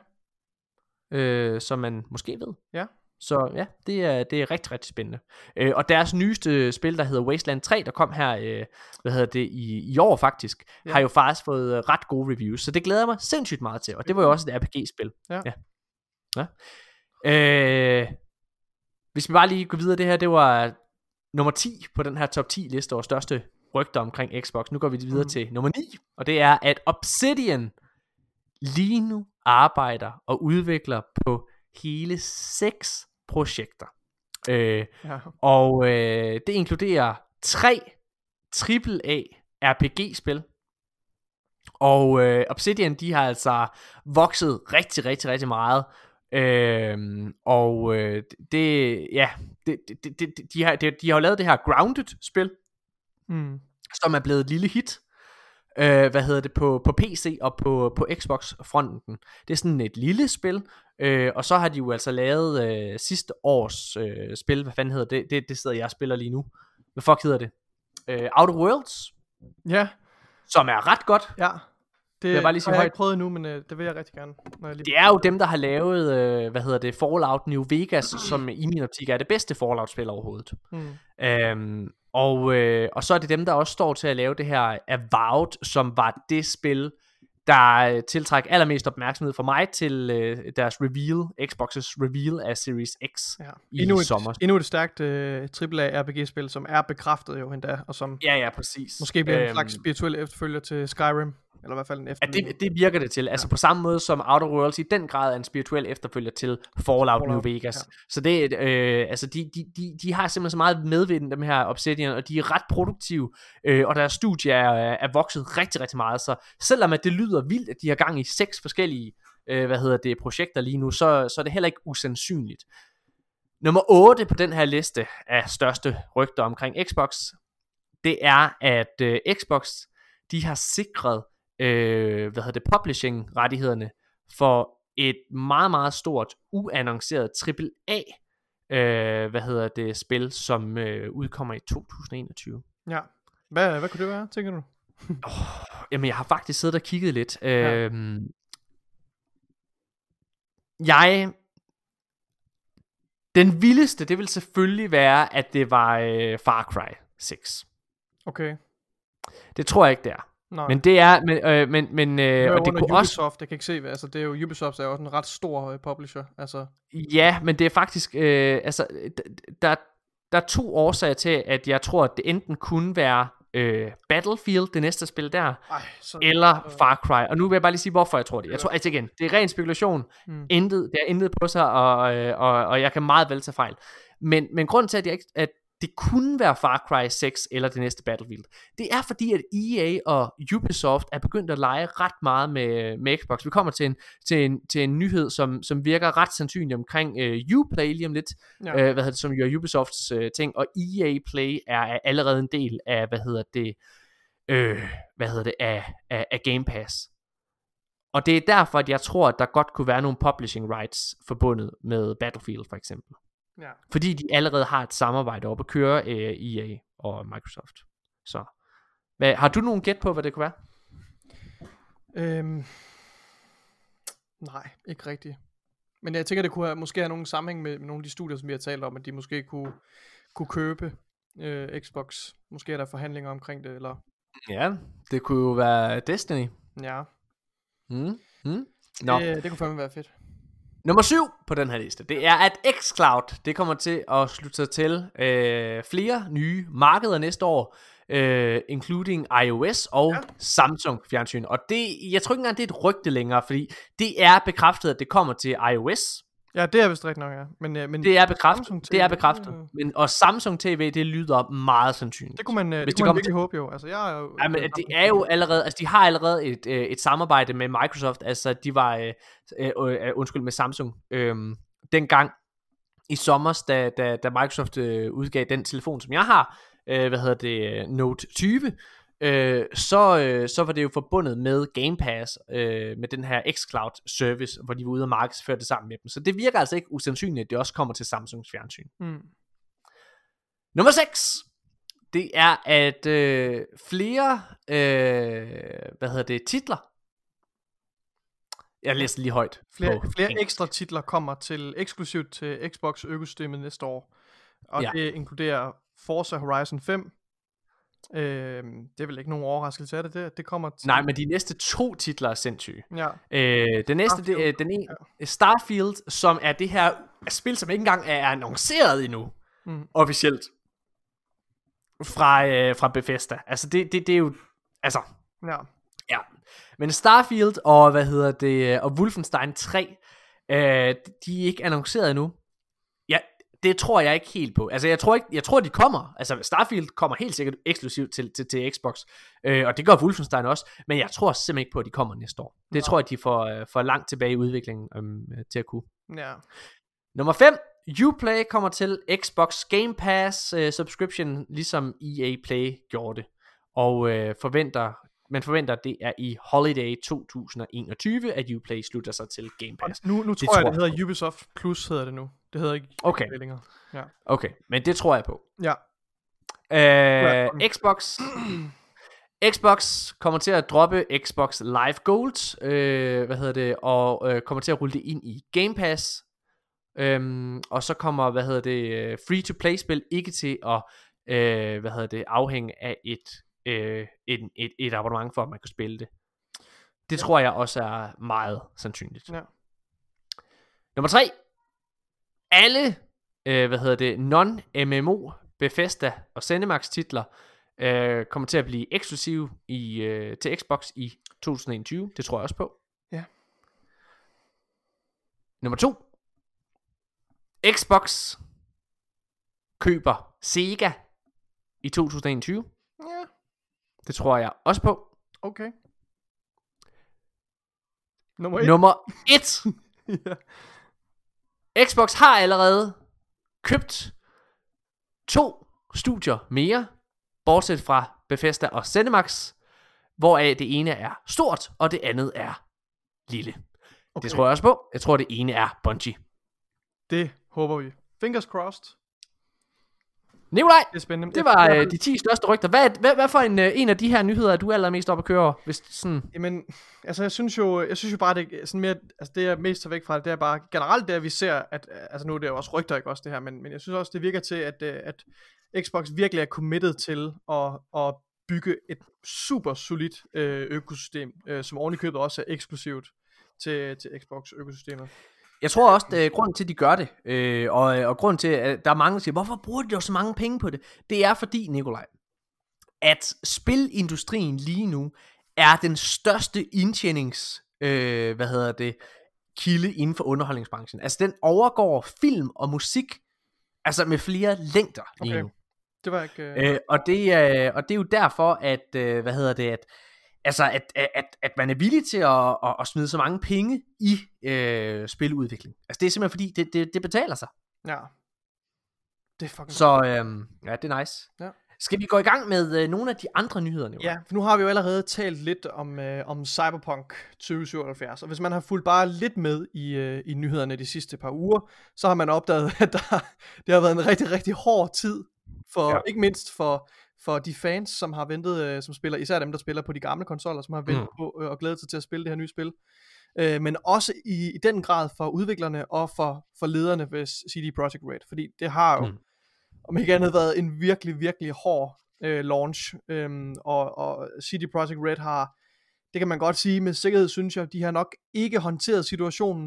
Øh, som man måske ved. Ja. Så ja, det er, det er rigtig, rigtig spændende. Øh, og deres nyeste spil, der hedder Wasteland tre, der kom her, øh, hvad hedder det, i, i år faktisk, ja. har jo faktisk fået øh, ret gode reviews. Så det glæder mig sindssygt meget til. Og det var jo også et R P G-spil. Ja. Ja. ja. Øh... Hvis vi bare lige går videre, det her, det var nummer ti på den her top ti liste over største rygter omkring Xbox. Nu går vi videre mm. til nummer ni, og det er, at Obsidian lige nu arbejder og udvikler på hele seks projekter. Øh, ja. Og øh, det inkluderer tre triple A R P G-spil. Og øh, Obsidian, de har altså vokset rigtig, rigtig, rigtig meget. Øhm, og øh, det ja det, det, det, de, har, de, de har jo lavet det her Grounded spil, mm. som er blevet et lille hit, øh, hvad hedder det, på, på P C og på, på Xbox fronten. Det er sådan et lille spil, øh, og så har de jo altså lavet øh, sidste års øh, spil. Hvad fanden hedder det? Det, det sidder jeg og spiller lige nu. Hvad fuck hedder det? øh, Outer Worlds. Ja. Som er ret godt. Ja. Det jeg bare lige sige har jeg højt. ikke prøvet nu, men øh, det vil jeg rigtig gerne. Når jeg lige... Det er jo dem, der har lavet, øh, hvad hedder det, Fallout New Vegas, som i min optik er det bedste Fallout-spil overhovedet. Mm. Øhm, og, øh, og så er det dem, der også står til at lave det her Avowed, som var det spil, der tiltræk allermest opmærksomhed for mig til øh, deres reveal, Xbox's reveal af Series X ja. i endnu et, sommer. Endnu et stærkt øh, triple A R P G-spil, som er bekræftet jo endda, og som ja, ja, præcis. måske bliver øhm, en slags spirituel efterfølger til Skyrim. Eller i hvert fald en efterfølger. Ja, det, det virker det til. Altså ja. På samme måde som Outer Worlds i den grad er en spirituel efterfølger til Fallout, Fallout. New Vegas. Ja. Så det øh, altså de, de, de, de har simpelthen så meget medvind, dem her Obsidian, og de er ret produktive, øh, og deres studie er, er vokset rigtig, rigtig meget. Så selvom at det lyder vildt, at de har gang i seks forskellige øh, hvad hedder det, projekter lige nu, så, så er det heller ikke usandsynligt. Nummer otte på den her liste af største rygter omkring Xbox, det er, at øh, Xbox, de har sikret Øh, hvad hedder det, publishing rettighederne for et meget meget stort uannonceret triple A øh, hvad hedder det, spil, som øh, udkommer i to tusind og enogtyve. Ja. Hvad, hvad kunne det være, tænker du? oh, jamen jeg har faktisk siddet og kigget lidt. ja. øh, Jeg Den vildeste, det vil selvfølgelig være, at det var øh, Far Cry seks. Okay. Det tror jeg ikke det er. Nej. Men det er, men, øh, men, men øh, og det kunne Ubisoft, også. Jeg kan ikke se, altså det er jo Ubisoft er jo også en ret stor øh, publisher, altså. Ja, men det er faktisk, øh, altså der, der er to årsager til, at jeg tror, at det enten kunne være øh, Battlefield, det næste spil der, Ej, så, eller øh... Far Cry. Og nu vil jeg bare lige sige, hvorfor jeg tror det. Jeg tror, altså igen, det er ren spekulation. Mm. Intet, det er intet på sig, og, øh, og, og jeg kan meget vel tage fejl. Men, men grunden til, at jeg ikke, at det kunne være Far Cry seks eller det næste Battlefield, det er fordi, at E A og Ubisoft er begyndt at lege ret meget med, med Xbox. Vi kommer til en, til en, til en nyhed, som, som virker ret sandsynlig omkring uh, Uplay lige om lidt, ja. uh, hvad hedder det, som jo er Ubisofts uh, ting, og E A Play er, er allerede en del af, hvad hedder det, øh, hvad hedder det, af, af, af Game Pass. Og det er derfor, at jeg tror, at der godt kunne være nogle publishing rights forbundet med Battlefield for eksempel. Ja. Fordi de allerede har et samarbejde op at køre øh, E A og Microsoft. Så hvad, har du nogen gæt på, hvad det kunne være? Øhm, nej, ikke rigtigt. Men jeg tænker, det kunne have, måske have nogen sammenhæng med, med nogle af de studier, som vi har talt om, at de måske kunne, kunne købe øh, Xbox. Måske er der forhandlinger omkring det, eller... Ja, det kunne jo være Destiny. Ja. Mm. Mm. No. Det, det kunne fandme være fedt. Nummer syv på den her liste, det er, at xCloud, det kommer til at slutte sig til øh, flere nye markeder næste år, øh, including iOS og ja. Samsung fjernsyn. Og det, jeg tror ikke engang, det er et rygte længere, fordi det er bekræftet, at det kommer til iOS. Ja, det er vist rigtigt nok, ja. Men, men det er bekræftet, det er bekræftet. Men, og Samsung T V, det lyder meget sandsynligt. Det kunne man, det kunne man virkelig håbe jo. Altså, jeg er jo ja, men det er jo allerede, altså de har allerede et, et samarbejde med Microsoft, altså de var, øh, øh, undskyld, med Samsung, øh, dengang i sommer, da, da, da Microsoft øh, udgav den telefon, som jeg har, øh, hvad hedder det, Note tyve, Øh, så, øh, så var det jo forbundet med Game Pass, øh, med den her xCloud service, hvor de var ude og markedsføre det sammen med dem. Så det virker altså ikke usandsynligt, at det også kommer til Samsungs fjernsyn. Mm. Nummer seks, det er, at øh, flere, øh, hvad hedder det, titler. Jeg læser lige højt. Flere, flere ekstra titler kommer til eksklusivt til Xbox økosystemet næste år. Og ja. Det inkluderer Forza Horizon fem. Øh, det er vel ikke nogen overraskelse af det, det, det kommer til... Nej, men de næste to titler er sindssyge. Ja. øh, Den næste, det er den ene, ja. Starfield, som er det her spil, som ikke engang er annonceret endnu, mm. officielt, fra, øh, fra Bethesda. Altså det, det, det er jo, altså, ja. ja. Men Starfield og, hvad hedder det, og Wolfenstein tre, øh, de er ikke annonceret endnu. Det tror jeg ikke helt på. Altså jeg tror ikke, jeg tror de kommer. Altså Starfield kommer helt sikkert eksklusivt til til, til Xbox, øh, og det gør Wolfenstein også. Men jeg tror simpelthen ikke på, at de kommer næste år. Det ja. tror jeg, de får øh, for langt tilbage i udviklingen øh, til at kunne. Ja. Nummer fem, Uplay kommer til Xbox Game Pass øh, subscription, ligesom E A Play gjorde det, og øh, forventer. Man forventer, at det er i Holiday to tusind og enogtyve, at Uplay slutter sig til Game Pass. Nu, nu tror, tror jeg, det hedder Ubisoft Plus, hedder det nu. Det hedder ikke okay. længere. Ja. Okay, men det tror jeg på. Ja. Øh, Xbox Xbox kommer til at droppe Xbox Live Gold, øh, hvad hedder det, og øh, kommer til at rulle det ind i Game Pass. Øhm, og så kommer, hvad hedder det, free-to-play-spil ikke til at, øh, hvad hedder det, afhænge af et Øh, et, et, et abonnement for, at man kan spille det. Det ja. tror jeg også er meget sandsynligt. Ja. Nummer tre. Alle, øh, hvad hedder det, non-M M O, Bethesda og ZeniMax titler øh, kommer til at blive eksklusive i, øh, til Xbox i to tusind og enogtyve. Det tror jeg også på. Ja. Nummer to. Xbox køber Sega i to tusind og enogtyve. Ja. Det tror jeg også på. Okay. Nummer et. Nummer et. ja. Xbox har allerede købt to studier mere, bortset fra Bethesda og ZeniMax, hvoraf det ene er stort, og det andet er lille. Okay. Det tror jeg også på. Jeg tror, det ene er Bungie. Det håber vi. Fingers crossed. Nikolaj, det, er spændende. Det var øh, de ti største rygter. Hvad, hvad, hvad for en, øh, en af de her nyheder er du allermest op at køre? Hvis sådan... Jamen, altså jeg synes jo, jeg synes jo bare, det er sådan mere, altså det jeg mest tager væk fra det, det er bare generelt det, at vi ser, at, altså nu er det jo også rygter, ikke også det her, men, men jeg synes også, det virker til, at, at Xbox virkelig er committed til at, at bygge et super solidt øh, økosystem, øh, som ovenikøbet også er eksklusivt til, til Xbox økosystemet. Jeg tror også, at grunden til, at de gør det, øh, og, og grunden til, at der er mange, der siger, hvorfor bruger de jo så mange penge på det? Det er fordi, Nikolaj, at spilindustrien lige nu er den største indtjenings, øh, hvad hedder det, kilde inden for underholdningsbranchen. Altså, den overgår film og musik, altså med flere længder lige okay. nu. Det var ikke... Øh... Øh, og, det, øh, og det er jo derfor, at, øh, hvad hedder det, at Altså, at, at, at man er villig til at, at, at smide så mange penge i øh, spiludvikling. Altså, det er simpelthen fordi, det, det, det betaler sig. Ja. Det er fucking... Så, øhm, ja, det er nice. Ja. Skal vi gå i gang med øh, nogle af de andre nyheder nu? Ja, for nu har vi jo allerede talt lidt om, øh, om Cyberpunk tyve syvoghalvfjerds. Og hvis man har fulgt bare lidt med i, øh, i nyhederne de sidste par uger, så har man opdaget, at der, det har været en rigtig, rigtig hård tid. For, ja. Ikke mindst for... for de fans, som har ventet, øh, som spiller, især dem, der spiller på de gamle konsoller, som har ventet mm. på øh, og glædet sig til at spille det her nye spil. Øh, men også i, i den grad for udviklerne og for, for lederne ved C D Projekt Red, fordi det har jo, mm. om ikke andet, været en virkelig, virkelig hård øh, launch, øhm, og, og C D Projekt Red har, det kan man godt sige med sikkerhed, synes jeg, de har nok ikke håndteret situationen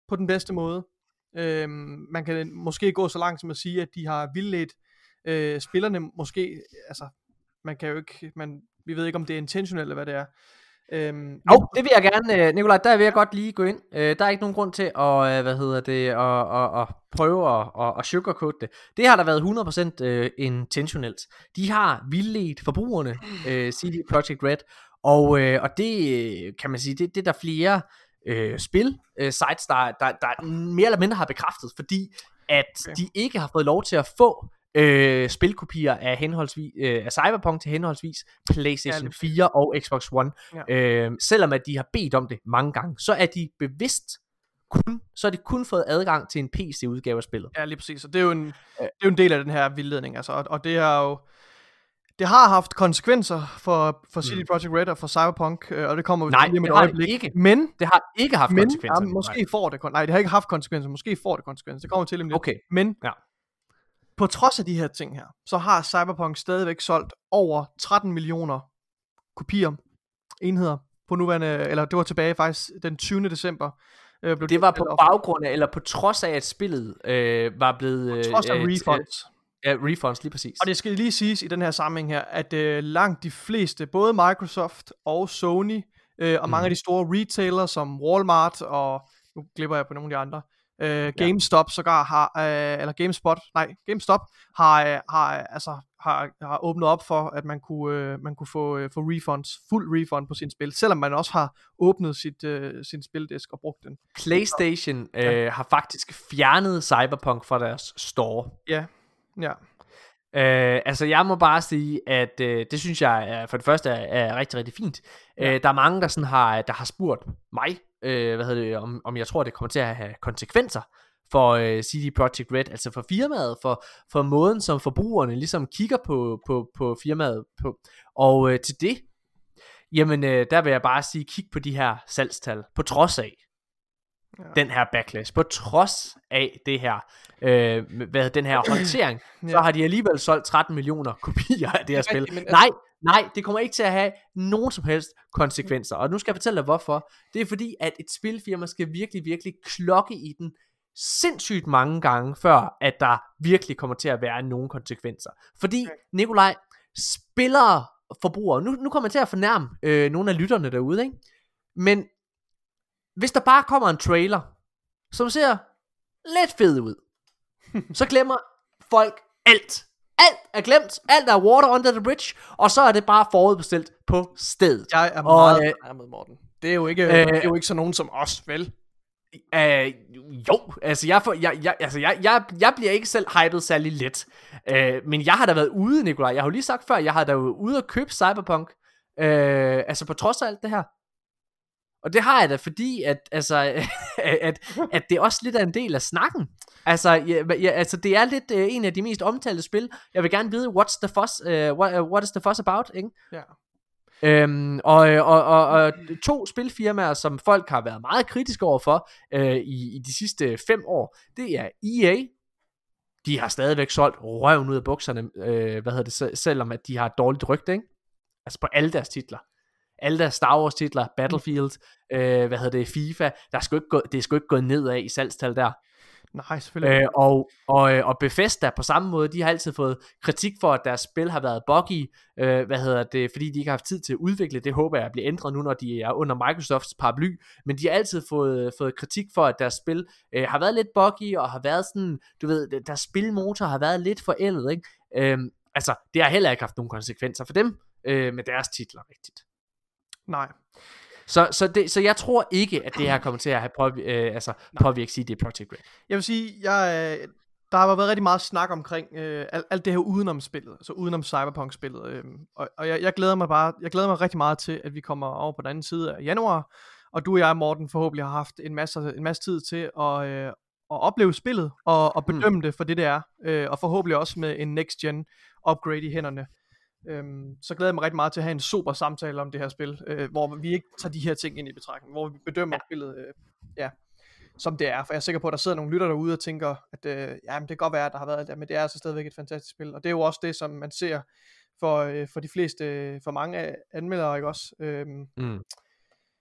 på den bedste måde. Øhm, man kan måske gå så langt som at sige, at de har vildledt øh, spillerne måske, altså man kan jo ikke, man, vi ved ikke om det er intentionelt eller hvad det er. Øhm, jo, men... det vil jeg gerne, Nikolaj, der vil jeg godt lige gå ind. Øh, der er ikke nogen grund til at, hvad hedder det, at, at, at prøve at, at, at sugarcoat det. Det har der været hundrede procent øh, intentionelt. De har vildledt forbrugerne, øh, C D Projekt Red, og, øh, og det kan man sige, det, det er der flere øh, spil, øh, sites, der, der, der mere eller mindre har bekræftet, fordi at okay. de ikke har fået lov til at få Øh, spilkopier af henholdsvis øh, af Cyberpunk til henholdsvis PlayStation ja, fire og Xbox One, ja. øh, selvom at de har bedt om det mange gange, så er de bevidst kun, så er de kun fået adgang til en P C udgave af spillet. Ja, lige præcis. Og det er jo en, øh. det er jo en del af den her vildledning, altså, og, og det er jo det har haft konsekvenser for for C D Projekt Red og for Cyberpunk, øh, og det kommer vi nej, lige med et øjeblik. Ikke. Men det har ikke haft men, konsekvenser. Ja, måske får det nej, det har ikke haft konsekvenser. Måske får det konsekvenser. Det kommer til lige lidt. Okay. Men ja. På trods af de her ting her, så har Cyberpunk stadigvæk solgt over tretten millioner kopier, enheder, på nuværende, eller det var tilbage faktisk den tyvende december. Øh, blev det var på baggrund af, eller på trods af, at spillet øh, var blevet... På trods af øh, refunds. Ja, refunds, lige præcis. Og det skal lige siges i den her sammenhæng her, at øh, langt de fleste, både Microsoft og Sony, øh, og mm. mange af de store retailers, som Walmart, og nu glipper jeg på nogle af de andre, Uh, GameStop ja. sågar har, uh, eller GameSpot, nej, GameStop har, uh, har, altså, har, har åbnet op for, at man kunne, uh, man kunne få, uh, få refunds, fuld refund på sin spil, selvom man også har åbnet sit, uh, sin spildisk og brugt den. PlayStation uh, ja. har faktisk fjernet Cyberpunk fra deres store. Ja, ja. Uh, altså jeg må bare sige, at uh, det synes jeg er, for det første er, er rigtig, rigtig fint. Ja. Uh, der er mange, der, sådan har, der har spurgt mig, Øh, hvad hedder det, om, om jeg tror det kommer til at have konsekvenser for øh, C D Projekt Red, altså for firmaet, for, for måden som forbrugerne ligesom kigger på, på, på firmaet på. Og øh, til det, jamen øh, der vil jeg bare sige, kig på de her salgstal, på trods af ja. den her backlash, på trods af det her, øh, hvad den her håndtering, ja. så har de alligevel solgt tretten millioner kopier af det her spil. Men, Nej, Nej, det kommer ikke til at have nogen som helst konsekvenser. Og nu skal jeg fortælle dig hvorfor. Det er fordi, at et spilfirma skal virkelig, virkelig klokke i den sindssygt mange gange, før at der virkelig kommer til at være nogen konsekvenser. Fordi, Nikolaj, spillere, forbrugere, nu, nu kommer jeg til at fornærme øh, nogle af lytterne derude, ikke? Men hvis der bare kommer en trailer, som ser lidt fed ud, så glemmer folk alt. Alt er glemt, alt er water under the bridge, og så er det bare forudbestilt på stedet. Jeg er meget øh, med Morten. Det er jo ikke, øh, det er jo ikke så nogen som os, vel? Øh, jo, altså jeg, får, jeg, jeg, altså jeg, jeg, jeg bliver ikke selv hypet særlig let. Øh, men jeg har da været ude, Nikolaj. Jeg har jo lige sagt før, jeg har da været ude og købe Cyberpunk. Øh, altså på trods af alt det her. Og det har jeg da, fordi at, altså, at, at det er også lidt af en del af snakken. Altså, ja, ja, altså det er lidt uh, en af de mest omtalte spil. Jeg vil gerne vide, what's the fuss, uh, what, uh, what is the fuss about, ikke? Ja. Øhm, og, og, og, og to spilfirmaer, som folk har været meget kritiske overfor uh, i, i de sidste fem år, det er E A. De har stadigvæk solgt røven ud af bukserne, uh, hvad hedder det, selv, selvom at de har et dårligt rygte, ikke? Altså på alle deres titler. Alle deres Star Wars titler, Battlefield, øh, hvad hedder det, FIFA, der er sgu ikke gået, det er sgu ikke gået nedad i salgstal der. Nej, selvfølgelig. Øh, og, og, og Bethesda på samme måde, de har altid fået kritik for, at deres spil har været buggy, øh, hvad hedder det, fordi de ikke har haft tid til at udvikle. Det håber jeg bliver ændret nu, når de er under Microsofts paraply. Men de har altid fået, fået kritik for, at deres spil øh, har været lidt buggy, og har været sådan, du ved, deres spilmotor har været lidt forældet, ikke? Øh, altså, det har heller ikke haft nogen konsekvenser for dem, øh, med deres titler, rigtigt. Nej. Så, så, det, så jeg tror ikke, at det her kommer til at have påvirket, øh, altså påvirket C D Projekt Red. Jeg vil sige, jeg, der har været rigtig meget snak omkring øh, alt, alt det her udenom spillet, altså udenom Cyberpunk-spillet, øh, og, og jeg, jeg glæder mig bare, jeg glæder mig rigtig meget til, at vi kommer over på den anden side af januar, og du og jeg, Morten, forhåbentlig har haft en masse, en masse tid til at, øh, at opleve spillet og, og bedømme hmm. det for det, det er, øh, og forhåbentlig også med en next-gen upgrade i hænderne. Øhm, så glæder jeg mig rigtig meget til at have en super samtale om det her spil, øh, hvor vi ikke tager de her ting ind i betragtning, hvor vi bedømmer ja. spillet, øh, ja, som det er. For jeg er sikker på, at der sidder nogle lytter derude og tænker, at øh, jamen, det kan godt være, at der har været det, men det er altså stadigvæk et fantastisk spil. Og det er jo også det, som man ser for, øh, for de fleste, for mange anmeldere, ikke også? Øhm, mm.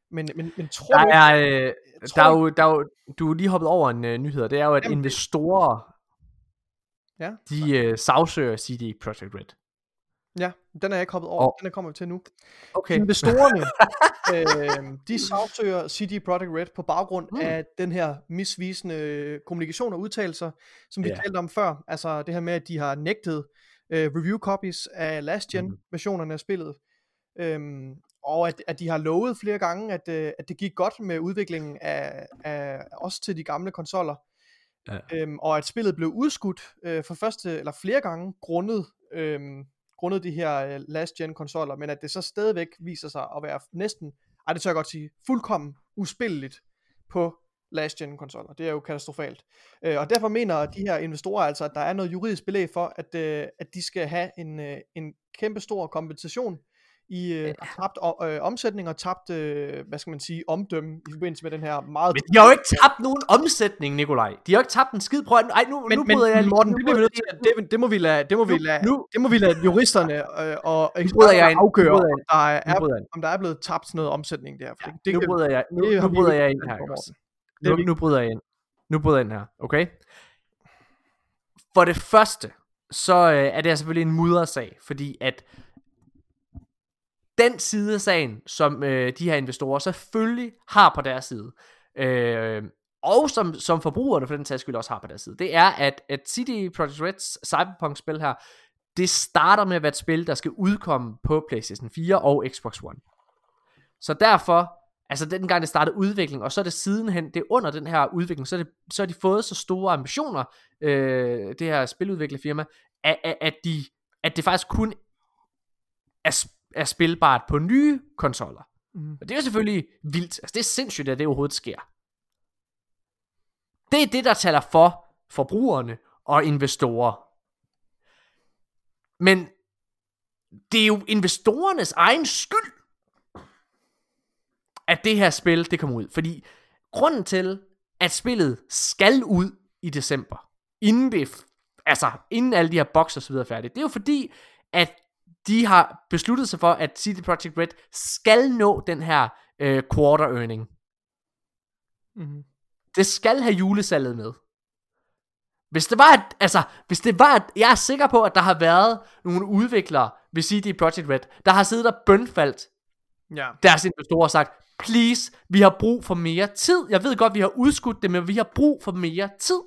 Men, men, men tror der du er, øh, der er jo, der er jo, du er lige hoppet over en uh, nyhed, det er jo, at Jamen, investorer, ja, de uh, sagsøger C D Projekt Red. Ja, den er jeg ikke hoppet over, oh. den er kommet til nu. Okay. Investorerne, øh, de sagsøger C D Projekt Red på baggrund mm. af den her misvisende kommunikation og udtalelser, som vi yeah. talte om før. Altså det her med, at de har nægtet øh, review copies af last gen versionerne af spillet. Øhm, og at, at de har lovet flere gange, at, øh, at det gik godt med udviklingen af, af også til de gamle konsoller. Ja. Øhm, og at spillet blev udskudt øh, for første eller flere gange grundet øh, grundet de her øh, last gen konsoller, men at det så stadigvæk viser sig at være næsten, ej det tør jeg godt sige, fuldkommen uspilleligt på last gen konsoller. Det er jo katastrofalt. Øh, og derfor mener de her investorer altså, at der er noget juridisk belæg for, at, øh, at de skal have en, øh, en kæmpe stor kompensation i øh, tabt øh, omsætning og tabt, øh, hvad skal man sige, omdømme i forbindelse med den her meget... Men de har jo ikke tabt nogen omsætning, Nikolaj. De har jo ikke tabt en skid. Prøv at... Ej, nu, men, nu bryder jeg lige... Morten, det, det, det, det må vi lade, det må vi lade, nu, det må vi lade juristerne øh, og eksperterne afgøre, om der, er, om der er blevet tabt noget omsætning der. Ja, det, nu bryder jeg, nu, det, nu bryder jeg ind her. Nu, nu bryder jeg ind. Nu bryder jeg ind her, okay? For det første, så øh, er det selvfølgelig en muddersag, fordi at den side af sagen, som øh, de her investorer selvfølgelig har på deres side, øh, og som, som forbrugerne for den sags skyld også har på deres side, det er, at, at C D Projekt Reds Cyberpunk-spil her, det starter med at være et spil, der skal udkomme på PlayStation fire og Xbox One. Så derfor, altså dengang det startede udvikling, og så er det sidenhen, det er under den her udvikling, så er, det, så er de fået så store ambitioner, øh, det her spiludviklerfirma, at, at, at, de, at det faktisk kun er er spilbart på nye konsoller. Mm. Og det er selvfølgelig vildt. Altså det er sindssygt, at det overhovedet sker. Det er det, der taler for forbrugerne og investorer. Men det er jo investorernes egen skyld, at det her spil, det kommer ud. Fordi grunden til, at spillet skal ud i december, inden det, altså inden alle de her boxer og så videre er færdige, det er jo fordi, at de har besluttet sig for, at C D Projekt Red skal nå den her øh, quarter earning. Mm-hmm. Det skal have julesalget med. Hvis det var, at, altså, hvis det var, at jeg er sikker på, at der har været nogle udviklere ved C D Projekt Red, der har siddet og bønfaldt ja. deres investorer og sagt, please, vi har brug for mere tid. Jeg ved godt, vi har udskudt det, men vi har brug for mere tid.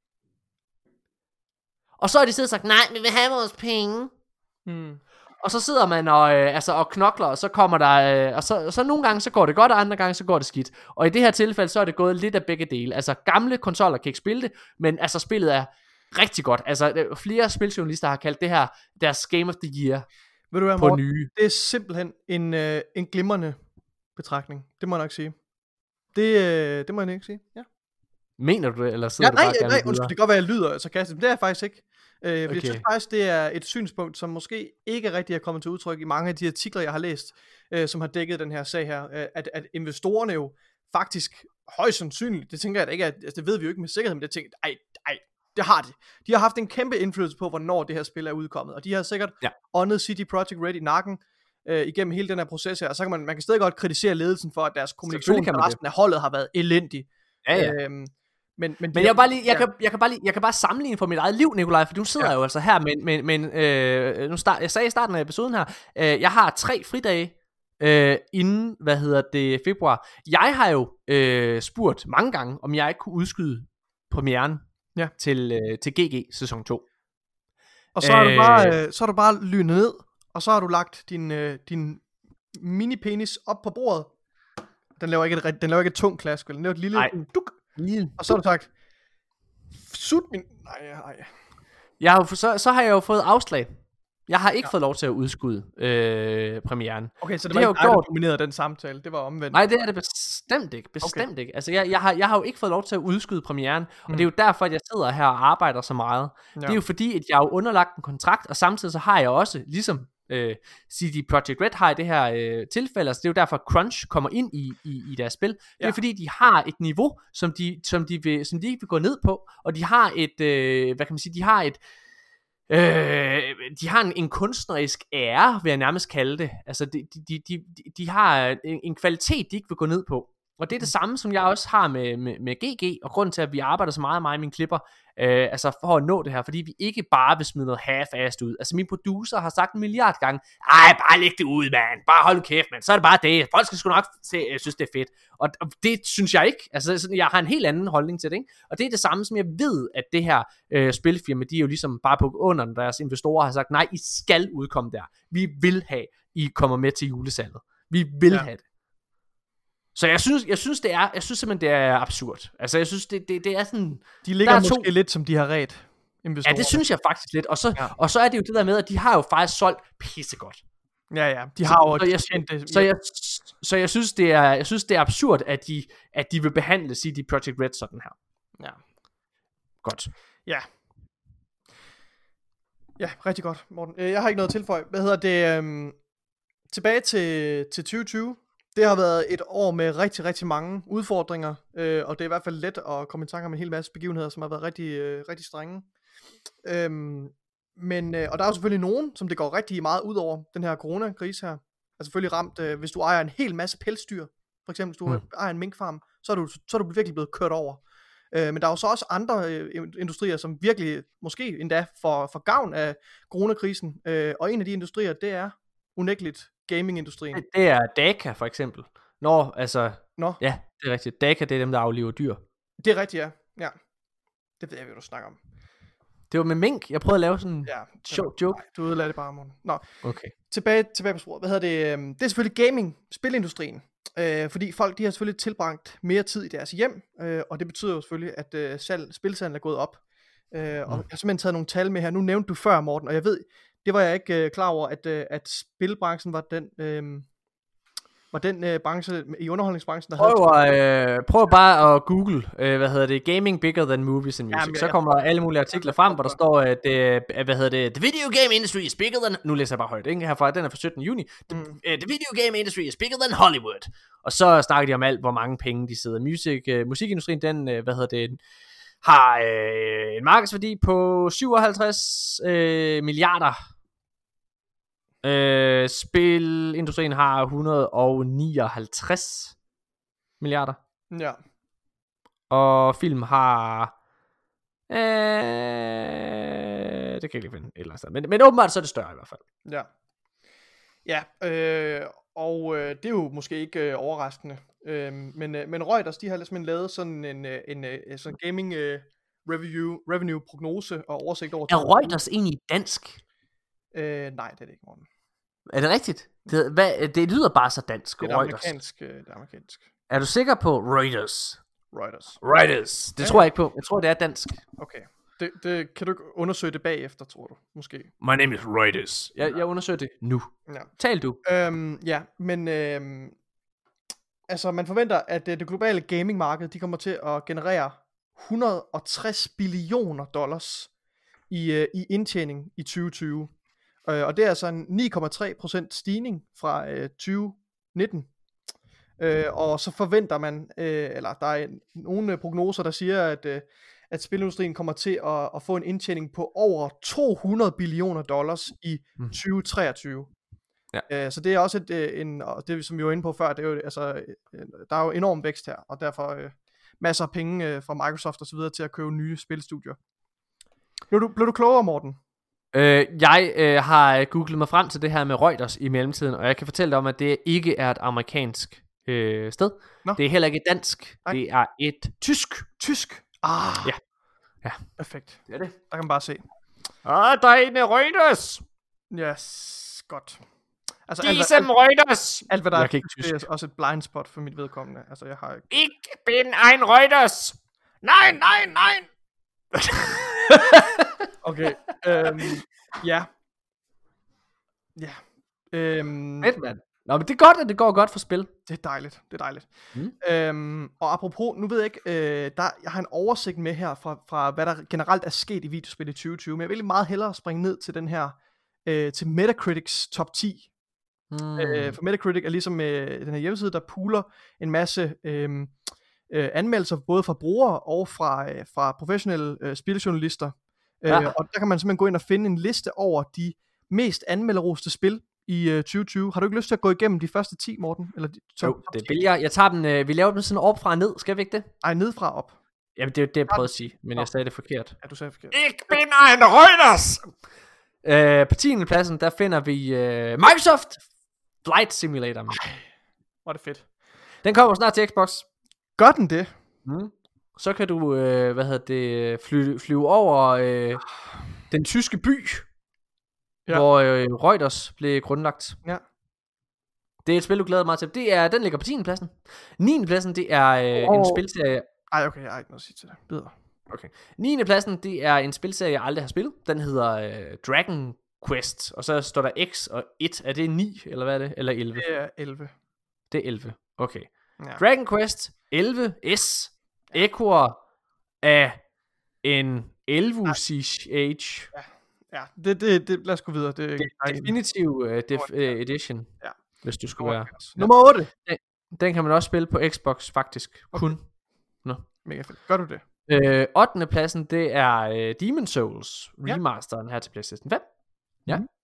Og så har de siddet og sagt, nej, vi vil have vores penge. Mm. Og så sidder man og, øh, altså, og knokler, og så kommer der, øh, og så, så nogle gange så går det godt, og andre gange så går det skidt. Og i det her tilfælde, så er det gået lidt af begge dele. Altså gamle konsoller kan ikke spille det, men altså spillet er rigtig godt. Altså flere spiljournalister har kaldt det her deres Game of the Year. Ved du hvad, på Morten? nye. Det er simpelthen en, øh, en glimrende betragtning. Det må jeg nok sige. Det, øh, det må jeg ikke sige, ja. Mener du det, eller sidder ja, nej, du bare nej, nej, undskyld, det kan godt være, at jeg lyder sarkastisk, men det er jeg faktisk ikke. Øh, okay. Jeg synes faktisk, det er et synspunkt, som måske ikke rigtig er kommet til udtryk i mange af de artikler, jeg har læst, øh, som har dækket den her sag her, øh, at, at investorerne jo faktisk højst sandsynligt, det tænker jeg da ikke, at, altså, det ved vi jo ikke med sikkerhed, men det tænker ej, ej, det har de. De har haft en kæmpe indflydelse på, hvornår det her spil er udkommet, og de har sikkert ja. åndet C D Projekt Red i nakken, øh, igennem hele den her proces her, og så kan man, man kan stadig godt kritisere ledelsen for, at deres kommunikation med resten af holdet har været elendig. Ja, ja. Øhm, Men, men, men jeg, bare lige, jeg, ja. kan, jeg, kan bare lige, jeg kan bare sammenligne for mit eget liv, Nikolaj, for du sidder ja. jo altså her, men, men, men øh, nu start, jeg sagde i starten af episoden her, øh, jeg har tre fridage øh, inden, hvad hedder det, februar. Jeg har jo øh, spurgt mange gange, om jeg ikke kunne udskyde premieren ja. til, øh, til G G sæson to. Og så har øh, du bare, øh, så har du bare lynet ned, og så har du lagt din, øh, din mini-penis op på bordet. Den laver ikke et, den laver ikke et tungt klask, den laver et lille duk. Og så har du sagt, sut min... Nej, nej. Jeg har, så, så har jeg jo fået afslag. Jeg har ikke ja. fået lov til at udskyde øh, premieren. Okay, så det, det var ikke dig, der dominerede den samtale. Det var omvendt. Nej, det er det bestemt ikke. Bestemt okay. ikke. Altså, jeg, jeg, har, jeg har jo ikke fået lov til at udskyde premieren. Mm. Og det er jo derfor, at jeg sidder her og arbejder så meget. Ja. Det er jo fordi, at jeg har underlagt en kontrakt, og samtidig så har jeg også, ligesom øh, C D Projekt Red har i det her øh, tilfælde, altså det er jo derfor, at Crunch kommer ind i, i, i deres spil. Det er ja. fordi, de har et niveau, som de, som, de vil, som de ikke vil gå ned på, og de har et, øh, hvad kan man sige, de har et, Øh, de har en, en kunstnerisk ære, vil jeg nærmest kalde det. Altså, de, de, de, de, de har en, en kvalitet, de ikke vil gå ned på. Og det er det samme, som jeg også har med, med, med G G, og grunden til, at vi arbejder så meget, mig og mine klipper, øh, altså for at nå det her, fordi vi ikke bare vil smide noget half-assed ud. Altså, min producer har sagt en milliard gange, ej, bare læg det ud, mand, bare hold kæft, mand, så er det bare det. Folk skal sgu nok se, jeg synes, det er fedt. Og, og det synes jeg ikke. Altså, sådan, jeg har en helt anden holdning til det, ikke? Og det er det samme, som jeg ved, at det her øh, spilfirma, de er jo ligesom bare på under, deres investorer har sagt, nej, I skal udkomme der. Vi vil have, I kommer med til julesalget. Vi vil ja. have det. Så jeg synes, jeg synes det er, jeg synes simpelthen det er absurd. Altså jeg synes det, det, det er sådan. De ligger måske to... lidt som de har ret. Ja, det synes jeg faktisk lidt. Og så, ja. og så er det jo det der med, at de har jo faktisk solgt pissegodt. Ja, ja. De har jo. Så, jeg, det. så, jeg, så jeg synes det er, jeg synes det er absurd, at de, at de vil behandle C D Projekt Red sådan her. Ja. Godt. Ja. Ja, rigtig godt, Morten. Jeg har ikke noget at tilføje. Hvad hedder det? Øhm, tilbage til til tyve tyve. Det har været et år med rigtig, rigtig mange udfordringer, øh, og det er i hvert fald let at komme i tanke om en hel masse begivenheder, som har været rigtig, øh, rigtig strenge. Øhm, men, øh, og der er jo selvfølgelig nogen, som det går rigtig meget ud over, den her coronakrise her. Er selvfølgelig ramt, øh, hvis du ejer en hel masse pelsdyr, for eksempel hvis du mm. ejer en minkfarm, så er du, så er du virkelig blevet kørt over. Øh, men der er jo så også andre øh, industrier, som virkelig, måske endda, får, får gavn af coronakrisen, øh, og en af de industrier, det er unægteligt gamingindustrien. Det, det er Daka for eksempel. Nå, altså, Nå. Ja, det er rigtigt. Daka, det er dem, der aflever dyr. Det er rigtigt, ja. Ja. Det ved jeg, hvad du snakker om. Det var med mink. Jeg prøvede at lave sådan en ja, sjov joke. Nej, du udlader det bare, Morten. Nå, okay. Tilbage, tilbage på sporet. Hvad hedder det? Det er selvfølgelig gaming, spilindustrien. Øh, fordi folk, de har selvfølgelig tilbragt mere tid i deres hjem, øh, og det betyder jo selvfølgelig, at øh, salg, spilsalget er gået op. Øh, og mm. jeg har simpelthen taget nogle tal med her. Nu nævnte du før, Morten, og jeg ved, det var jeg ikke øh, klar over, at, øh, at spilbranchen var den, øh, var den øh, branche i underholdningsbranchen, der prøv, havde... Øh, prøv bare at google, øh, hvad hedder det, gaming bigger than movies and music. Jamen, så kommer der alle mulige artikler frem, hvor der står, at øh, hvad hedder det, the video game industry is bigger than... Nu læser jeg bare højt, ikke? Herfra, den er fra syttende juni. The, mm. uh, the video game industry is bigger than Hollywood. Og så snakker de om alt, hvor mange penge de sidder. Music, øh, musikindustrien, den, øh, hvad hedder det... har øh, en markedsværdi på syvoghalvtreds øh, milliarder. Øh, spilindustrien har et hundrede og nioghalvtreds milliarder. Ja. Og film har øh, det kan jeg ikke finde et eller andet sted. Men, men åbenbart så er det større i hvert fald. Ja. Ja, øh, og øh, det er jo måske ikke øh, overraskende. Øh, men, øh, men Reuters, de har simpelthen lavet sådan en, øh, en øh, sådan gaming øh, revenue, revenue prognose og oversigt over... Er Reuters egentlig dansk? Øh, nej, det er det ikke, Morten. Er det rigtigt? Det, hvad, det lyder bare så dansk. Det er amerikansk, øh, det er amerikansk. Er du sikker på Reuters? Reuters. Reuters. Det ja. tror jeg ikke på. Jeg tror, det er dansk. Okay. Det, det, kan du ikke undersøge det bagefter, tror du? Måske. My name is Reuters. Jeg, jeg undersøger det nu. Ja. Tal du. Øhm, ja, men øhm, altså man forventer, at det, det globale gamingmarked, de kommer til at generere et hundrede og tres billioner dollars i, øh, i indtjening i tyve tyve. Øh, og det er altså en ni komma tre procent stigning fra øh, tyve nitten. Øh, og så forventer man, øh, eller der er nogle prognoser, der siger, at, øh, at spilindustrien kommer til at, at få en indtjening på over to hundrede billioner dollars i mm. tyve treogtyve. Ja. Øh, så det er også et, øh, en, og det som vi var inde på før, det er jo, altså, øh, der er jo enorm vækst her, og derfor øh, masser af penge øh, fra Microsoft og så videre til at købe nye spilstudier. Blev du, blev du klogere, Morten? Øh, jeg øh, har googlet mig frem til det her med Reuters i mellemtiden, og jeg kan fortælle dig om, at det ikke er et amerikansk øh, sted. Nå. Det er heller ikke dansk. Nej. Det er et tysk. Tysk? Ah. Ja. Ja. Perfekt. Det er det. Der kan man bare se. Ah, der er en af Reuters. Yes, godt. Altså, Diesem Reuters. Alt hvad der er, det er også et blind spot for mit vedkommende. Altså, jeg har ikke... Ich bin ein Reuters. Nej, nej, nej. Okay. Øhm, ja. Ja. Øhm, Fedt, mand. Nå, men det er godt, at det går godt for spil. Det er dejligt, det er dejligt. Mm. Øhm, og apropos, nu ved jeg ikke, øh, der, jeg har en oversigt med her fra, fra, hvad der generelt er sket i videospil i tyve tyve, men jeg vil meget hellere springe ned til den her, øh, til Metacritics top ti. Mm. Øh, for Metacritic er ligesom øh, den her hjemmeside, der pooler en masse øh, øh, anmeldelser, både fra brugere og fra, øh, fra professionelle øh, spiljournalister. Ja. Øh, og der kan man simpelthen gå ind og finde en liste over de mest anmelderoste spil i øh, tyve tyve. Har du ikke lyst til at gå igennem de første ti, Morten? Eller de, så, jo, det vil jeg. Jeg tager den, øh, vi laver den sådan op fra og ned, skal vi ikke det? Nej, nedfra op. Jamen, det er det, jeg prøvede at sige, men jeg sagde det forkert. Ja, du sagde forkert. Ik bin ein Reuters! Øh, på tiende pladsen, der finder vi øh, Microsoft Flight Simulator. Ej, hvor er det fedt. Den kommer snart til Xbox. Gør den det? Mm. Så kan du, øh, hvad hedder det, fly, flyve over øh, den tyske by, ja. hvor øh, Reuters blev grundlagt. Ja. Det er et spil, du glæder mig til. Det er, den ligger på tiende pladsen. niende pladsen, det er øh, oh. en spilserie. Ej, okay, jeg har ikke noget at sige til det. Bedre. Okay. niende pladsen, det er en spilserie, jeg aldrig har spillet. Den hedder øh, Dragon Quest, og så står der X og et. Er det ni, eller hvad er det? Eller elleve? Det er elleve. Det er elleve, okay. Ja. Dragon Quest elleve S. Echoer af en Elvusich Age. Ja, ja. Det, det, det, lad os gå videre. Det, det er Definitive uh, def, uh, Edition, ja. hvis du skulle være. Nummer otte. Den, den kan man også spille på Xbox, faktisk. Okay. Kun. Nå. Mega fedt. Gør du det? Øh, ottende pladsen, det er uh, Demon's Souls remasteren ja. her til PlayStation fem. Ja. Mm.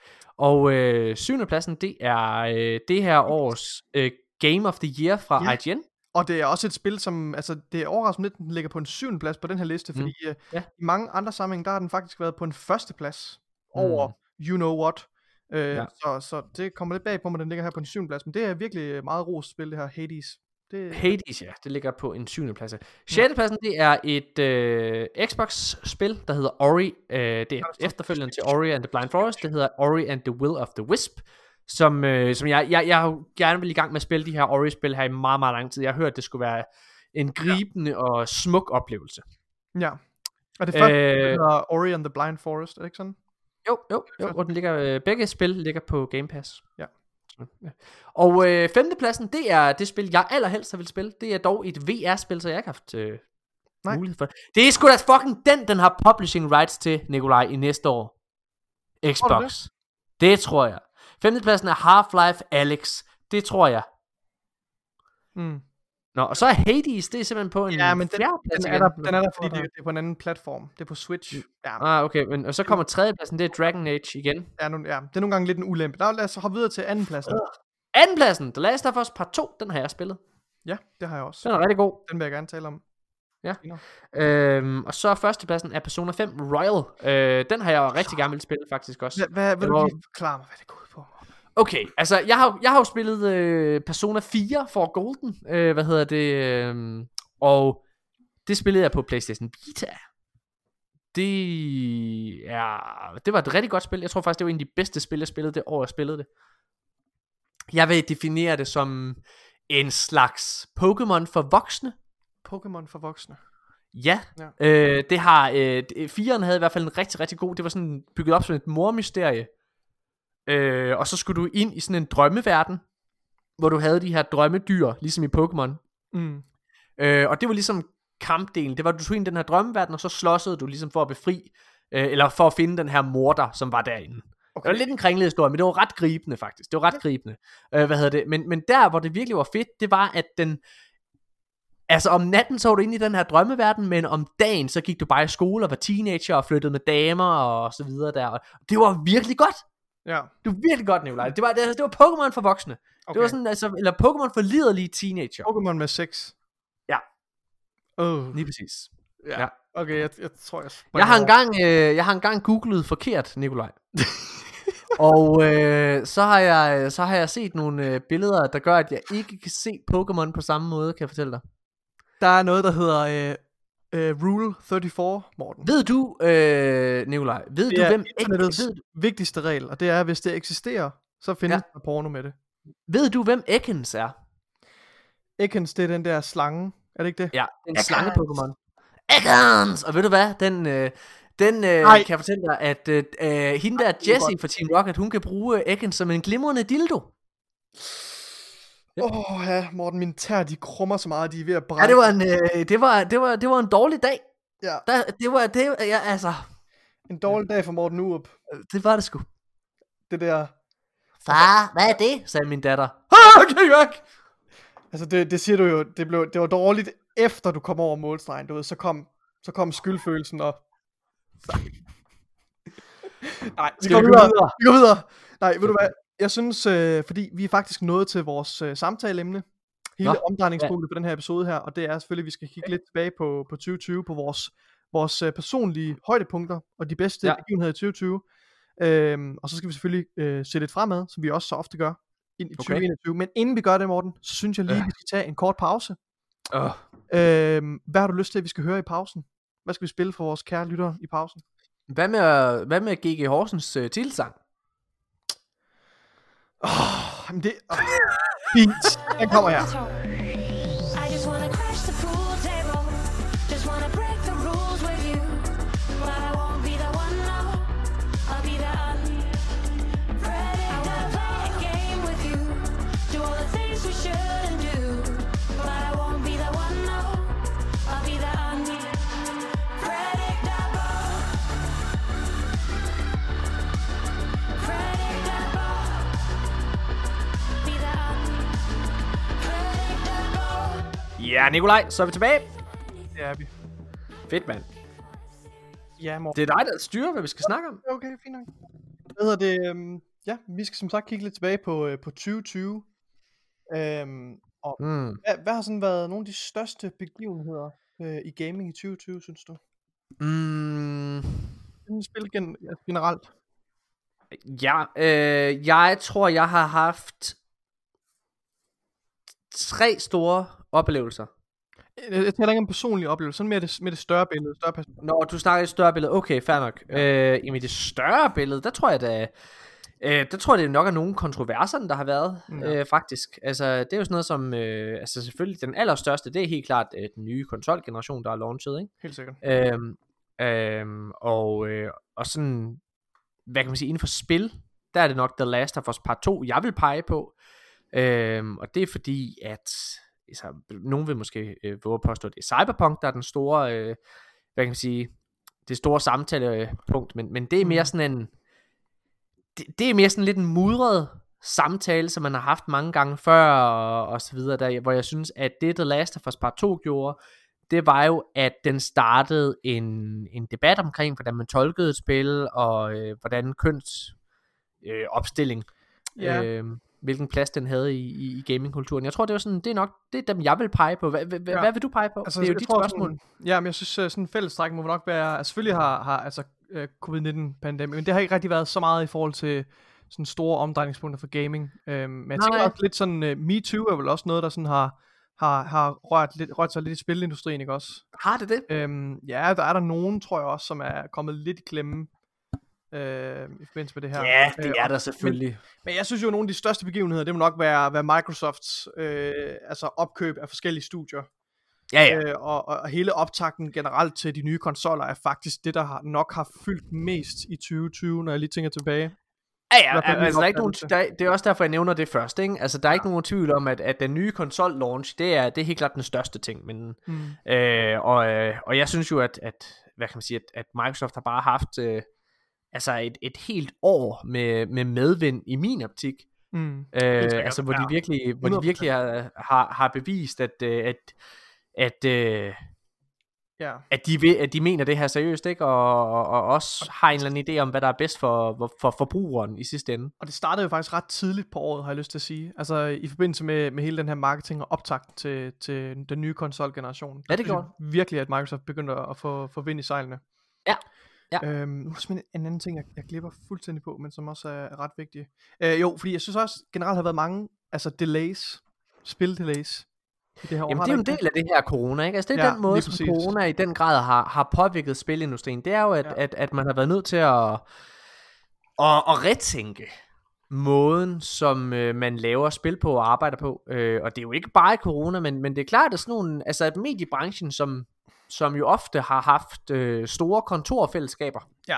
Og øh, syvende pladsen, det er øh, det her års øh, Game of the Year fra ja. I G N. Og det er også et spil, som, altså det er overraskende lidt, den ligger på en syvende plads på den her liste, fordi mm. ja. i mange andre sammenhæng, der har den faktisk været på en første plads over mm. You Know What. Uh, ja. så, så det kommer lidt bag på mig, den ligger her på en syvende plads, men det er virkelig meget rost spil, det her Hades. Det... Hades, ja, det ligger på en syvende plads. sjette pladsen, det er et øh, Xbox-spil, der hedder Ori. Øh, det er efterfølgeren til Ori and the Blind Forest. Det hedder Ori and the Will of the Wisp. Som, øh, som jeg, jeg, jeg har gerne vil i gang med at spille de her Ori-spil her i meget, meget lang tid. Jeg har hørt, at det skulle være en gribende ja. og smuk oplevelse. Ja. Og det første, øh, hedder Ori and the Blind Forest, er det ikke sådan? Jo, jo, jo. Og den ligger, øh, begge spil ligger på Game Pass. Ja. Ja. Og øh, femtepladsen, det er det spil, jeg allerhelst vil spille. Det er dog et V R-spil, så jeg ikke har haft øh, mulighed for det. Det er sgu da fucking den, den har publishing rights til, Nikolaj, i næste år. Xbox. Det? det tror jeg. Femtepladsen er Half-Life Alyx. Det tror jeg. Mm. Nå, og så er Hades, det er simpelthen på en ja, men den, fjerdeplads. Den er der, den er der fordi det, det er på en anden platform. Det er på Switch. Ja. Ah, okay, men og så kommer tredjepladsen, det er Dragon Age igen. Ja, nu, ja, det er nogle gange lidt en ulempe. Nå, lad os hoppe videre til andenpladsen. Andenpladsen, The Last of Us Part to, den har jeg spillet. Ja, det har jeg også. Den er rigtig god. Den vil jeg gerne tale om. Ja. Øhm, og så førstepladsen er Persona fem Royal. Øh, den har jeg jo rigtig gerne vil spille faktisk også. Hvad, hvad vil du lige forklare mig, hvad det går ud på? Okay, altså jeg har, jeg har jo spillet øh, Persona fire for Golden, øh, hvad hedder det, øh, og det spillede jeg på PlayStation Vita. Det er, det var et rigtig godt spil. Jeg tror faktisk, det var en af de bedste spil, jeg spillede det år, jeg spillede det. Jeg vil definere det som en slags Pokémon for voksne. Pokémon for voksne. Ja, ja. Øh, det har, øh, firen havde i hvert fald en rigtig, rigtig god, det var sådan bygget op som et mormysterie. Øh, og så skulle du ind i sådan en drømmeverden, hvor du havde de her drømmedyr, ligesom i Pokémon. Mm. Øh, og det var ligesom kampdelen. Det var, du tog ind i den her drømmeverden, og så slåssede du ligesom for at befri, øh, eller for at finde den her morder, som var derinde. Okay. Det var lidt en kringlet historie, men det var ret gribende faktisk. Det var ret gribende. Øh, hvad hedder det? Men, men der, hvor det virkelig var fedt, det var, at den... Altså om natten så var du inde i den her drømmeverden, men om dagen så gik du bare i skole og var teenager og flyttede med damer og så videre der. Og det var virkelig godt. Ja. Det var virkelig godt, Nikolaj. Det var, det, det var Pokémon for voksne. Okay. Det var sådan, altså, eller Pokémon for liderlige teenager. Pokémon med sex. Ja. Oh. Lige præcis. Ja. Ja. Okay, jeg, jeg tror jeg. Jeg har engang, øh, jeg har engang googlet forkert, Nikolaj. Og øh, så har jeg, så har jeg set nogle øh, billeder, der gør, at jeg ikke kan se Pokémon på samme måde, kan jeg fortælle dig. Der er noget, der hedder øh, øh, Rule treogtredive, Morten. Ved du, øh, Nikolaj, ved det du, er hvem internettets ved du? vigtigste regel, og det er, hvis det eksisterer, så findes ja. der porno med det. Ved du, hvem Ekans er? Ekans, det er den der slange, er det ikke det? Ja, en slange-Pokémon. Ekans! Og ved du hvad, den... Øh, Den øh, kan jeg fortælle dig, at øh, øh, hende der Jessie fra Team Rocket, hun kan bruge Ekans som en glimrende dildo. Åh ja. Oh, ja, Morten, mine tær, de krummer så meget, de er ved at brænde. Ja, det var en, øh, det var, det var, det var en dårlig dag. Ja. Der, det var, det, ja, altså. En dårlig dag for Morten Urup. Det var det sgu. Det der. Far, hvad er det? Sagde min datter. Ah, okay, væk. Altså, det, det siger du jo, det, blev, det var dårligt efter du kom over målstregen, du ved, så kom, så kom skyldfølelsen op. Nej, vi går videre. videre. Vi går videre. Nej, ved du hvad? Jeg synes, øh, fordi vi er faktisk nået til vores øh, samtaleemne. Hele Nå, omdrejningspunktet ja. på den her episode her, og det er selvfølgelig, at vi skal kigge lidt tilbage på, på tyve tyve, på vores, vores øh, personlige højdepunkter, og de bedste ja. begivenheder i tyve tyve. Øhm, og så skal vi selvfølgelig øh, se lidt fremad, som vi også så ofte gør, ind i okay. tyve enogtyve. Men inden vi gør det, Morten, så synes jeg lige, ja. vi skal tage en kort pause. Uh. Øhm, hvad har du lyst til, at vi skal høre i pausen? Hvad skal vi spille for vores kære lyttere i pausen? Hvad med, hvad med G G Horsens uh, titelsang? Åh, oh, men det... Oh, fint, den kommer her. Ja, Nikolaj, så er vi tilbage. Det er vi. Fedt, mand. Ja, Morten. Det er dig, der styrer, hvad vi skal snakke om. Okay, fint nok. Hvad hedder det? Um, ja, vi skal som sagt kigge lidt tilbage på, uh, på tyve tyve. Um, og mm. hvad, hvad har sådan været nogle af de største begivenheder uh, i gaming i tyve tyve, synes du? Mm. Spil gen- generelt. Ja, øh, jeg tror, jeg har haft tre store oplevelser. Jeg, jeg taler ikke om personlige oplevelser, sådan med det, med det større billede, større perspektiv. Når du snakker et større billede, okay, fair nok. Ja. Øh, I det større billede, der tror jeg da, øh, der tror jeg det nok er nogle kontroverser, der har været, ja. øh, faktisk. Altså, det er jo sådan noget som, øh, altså selvfølgelig den allerstørste, det er helt klart øh, den nye konsolgeneration, der er launchet, ikke? Helt sikkert. Øhm, øhm, og, øh, og sådan, hvad kan man sige, inden for spil, der er det nok The Last of Us Part to, jeg vil pege på. Øhm, og det er fordi, at altså, nogen vil måske øh, våge at påstå, at det er Cyberpunk, der er den store, øh, hvad kan man sige, det store samtalepunkt, men, men det er mere sådan en, det, det er mere sådan lidt en mudret samtale, som man har haft mange gange før, og, og så videre, der, hvor jeg synes, at det The Last of Us Part to gjorde, det var jo, at den startede en, en debat omkring, hvordan man tolkede et spil, og øh, hvordan køns øh, opstilling, yeah. øh, hvilken plads den havde i, i, i gamingkulturen. Jeg tror, det var sådan, det er nok, det er dem, jeg vil pege på. Hvad, hvad, ja. hvad vil du pege på? Altså, det er jo dit spørgsmål. Sådan, ja, men jeg synes, sådan en fællestræk må nok være, altså selvfølgelig har, har altså, covid nitten pandemi, men det har ikke rigtig været så meget i forhold til sådan store omdrejningspunkter for gaming. Øhm, men jeg tænker også lidt sådan, uh, MeToo er vel også noget, der sådan har, har, har rørt, lidt, rørt sig lidt i spilindustrien, ikke også? Har det det? Øhm, ja, der er der nogen, tror jeg også, som er kommet lidt i klemme øh, i forbindelse med det her. Ja, det er der selvfølgelig. Men, men jeg synes jo, at nogle af de største begivenheder, det må nok være, være Microsofts øh, altså opkøb af forskellige studier. Ja, ja. Øh, og, og hele optakten generelt til de nye konsoller er faktisk det, der har, nok har fyldt mest i tyve tyve, når jeg lige tænker tilbage. Ja, ja, altså, der er ikke nogen, der, det er også derfor, jeg nævner det først, ikke? Altså, der er ja. ikke nogen tvivl om, at, at den nye konsol launch, det er, det er helt klart den største ting. Men, mm. øh, og, øh, og jeg synes jo, at, at hvad kan man sige, at, at Microsoft har bare haft øh, altså et, et helt år med, med medvind i min optik. Mm. Øh, altså, hvor de virkelig, hvor de virkelig har, har, har bevist, at, at, at, at Ja. At, de vil, at de mener det her seriøst, ikke? Og, og, og også har en eller anden idé om, hvad der er bedst for, for forbrugeren i sidste ende. Og det startede jo faktisk ret tidligt på året, har jeg lyst til at sige. Altså i forbindelse med, med hele den her marketing og optakt til, til den nye konsolgeneration. Ja, det gjorde virkelig, at Microsoft begyndte at få, få vind i sejlene. Ja. Ja. Øhm, nu er der en anden ting, jeg, jeg glipper fuldstændig på, men som også er, er ret vigtig. Øh, jo, fordi jeg synes også, generelt har været mange altså delays, spil-delays. Det Jamen det er jo en del af det her corona, ikke? Altså det er ja, den måde, som corona i den grad har, har påvirket spilindustrien. Det er jo, at, ja. at, at man har været nødt til at, at, at retænke måden, som øh, man laver spil på og arbejder på. Øh, og det er jo ikke bare i corona, men, men det er klart, at sådan nogle, altså at mediebranchen, som, som jo ofte har haft øh, store kontorfællesskaber. Ja.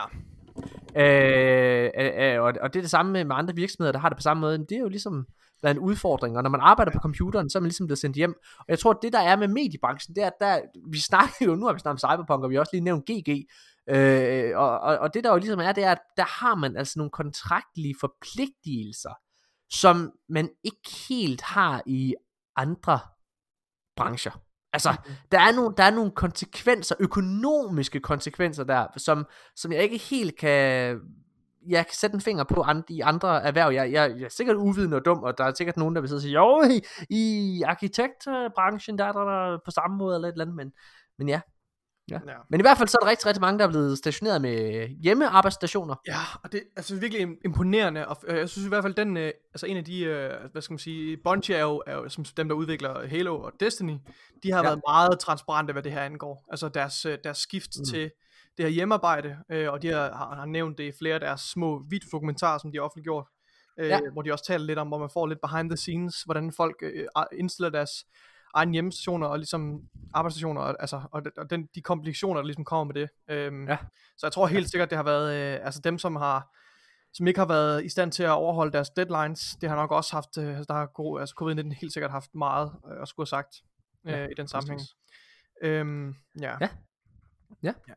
Øh, øh, og, og det er det samme med, med andre virksomheder, der har det på samme måde. Det er jo ligesom der er en udfordring, og når man arbejder på computeren, så er man ligesom blevet sendt hjem. Og jeg tror, at det der er med mediebranchen, det er, at der, vi snakker jo, nu har vi snakket om Cyberpunk, og vi har også lige nævnt G G, øh, og, og, og det der jo ligesom er, det er, at der har man altså nogle kontraktlige forpligtelser, som man ikke helt har i andre brancher. Altså, mm-hmm. der, er nogle, der er nogle konsekvenser, økonomiske konsekvenser der, som, som jeg ikke helt kan... Jeg kan sætte en finger på andre, i andre erhverv. Jeg, jeg, jeg er sikkert uvidende og dum, og der er sikkert nogen, der vil sidde og sige, jo, i, i arkitektbranchen, der er der, der på samme måde, eller et eller andet, men, men ja. Ja. ja. Men i hvert fald så er der rigtig, rigtig mange, der er blevet stationeret med hjemmearbejdsstationer. Ja, og det er altså virkelig imponerende, og jeg synes i hvert fald, den, altså en af de, hvad skal man sige, Bungie er jo, er jo som dem, der udvikler Halo og Destiny, de har ja. været meget transparente, hvad det her angår. Altså deres, deres skift mm. til det her hjemmearbejde, øh, og de har, har nævnt det i flere af deres små videodokumentarer, som de har offentliggjort, øh, ja. hvor de også taler lidt om, hvor man får lidt behind the scenes, hvordan folk øh, indstiller deres egen hjemmestationer og ligesom arbejdsstationer, og, altså, og, og den, de komplikationer, der ligesom kommer med det. Øhm, ja. Så jeg tror helt sikkert, det har været, øh, altså dem, som har, som ikke har været i stand til at overholde deres deadlines, det har nok også haft, øh, der har altså covid nitten helt sikkert haft meget øh, at skulle have sagt øh, ja, i den sammenhæng. Øhm, ja. Ja. Ja. ja.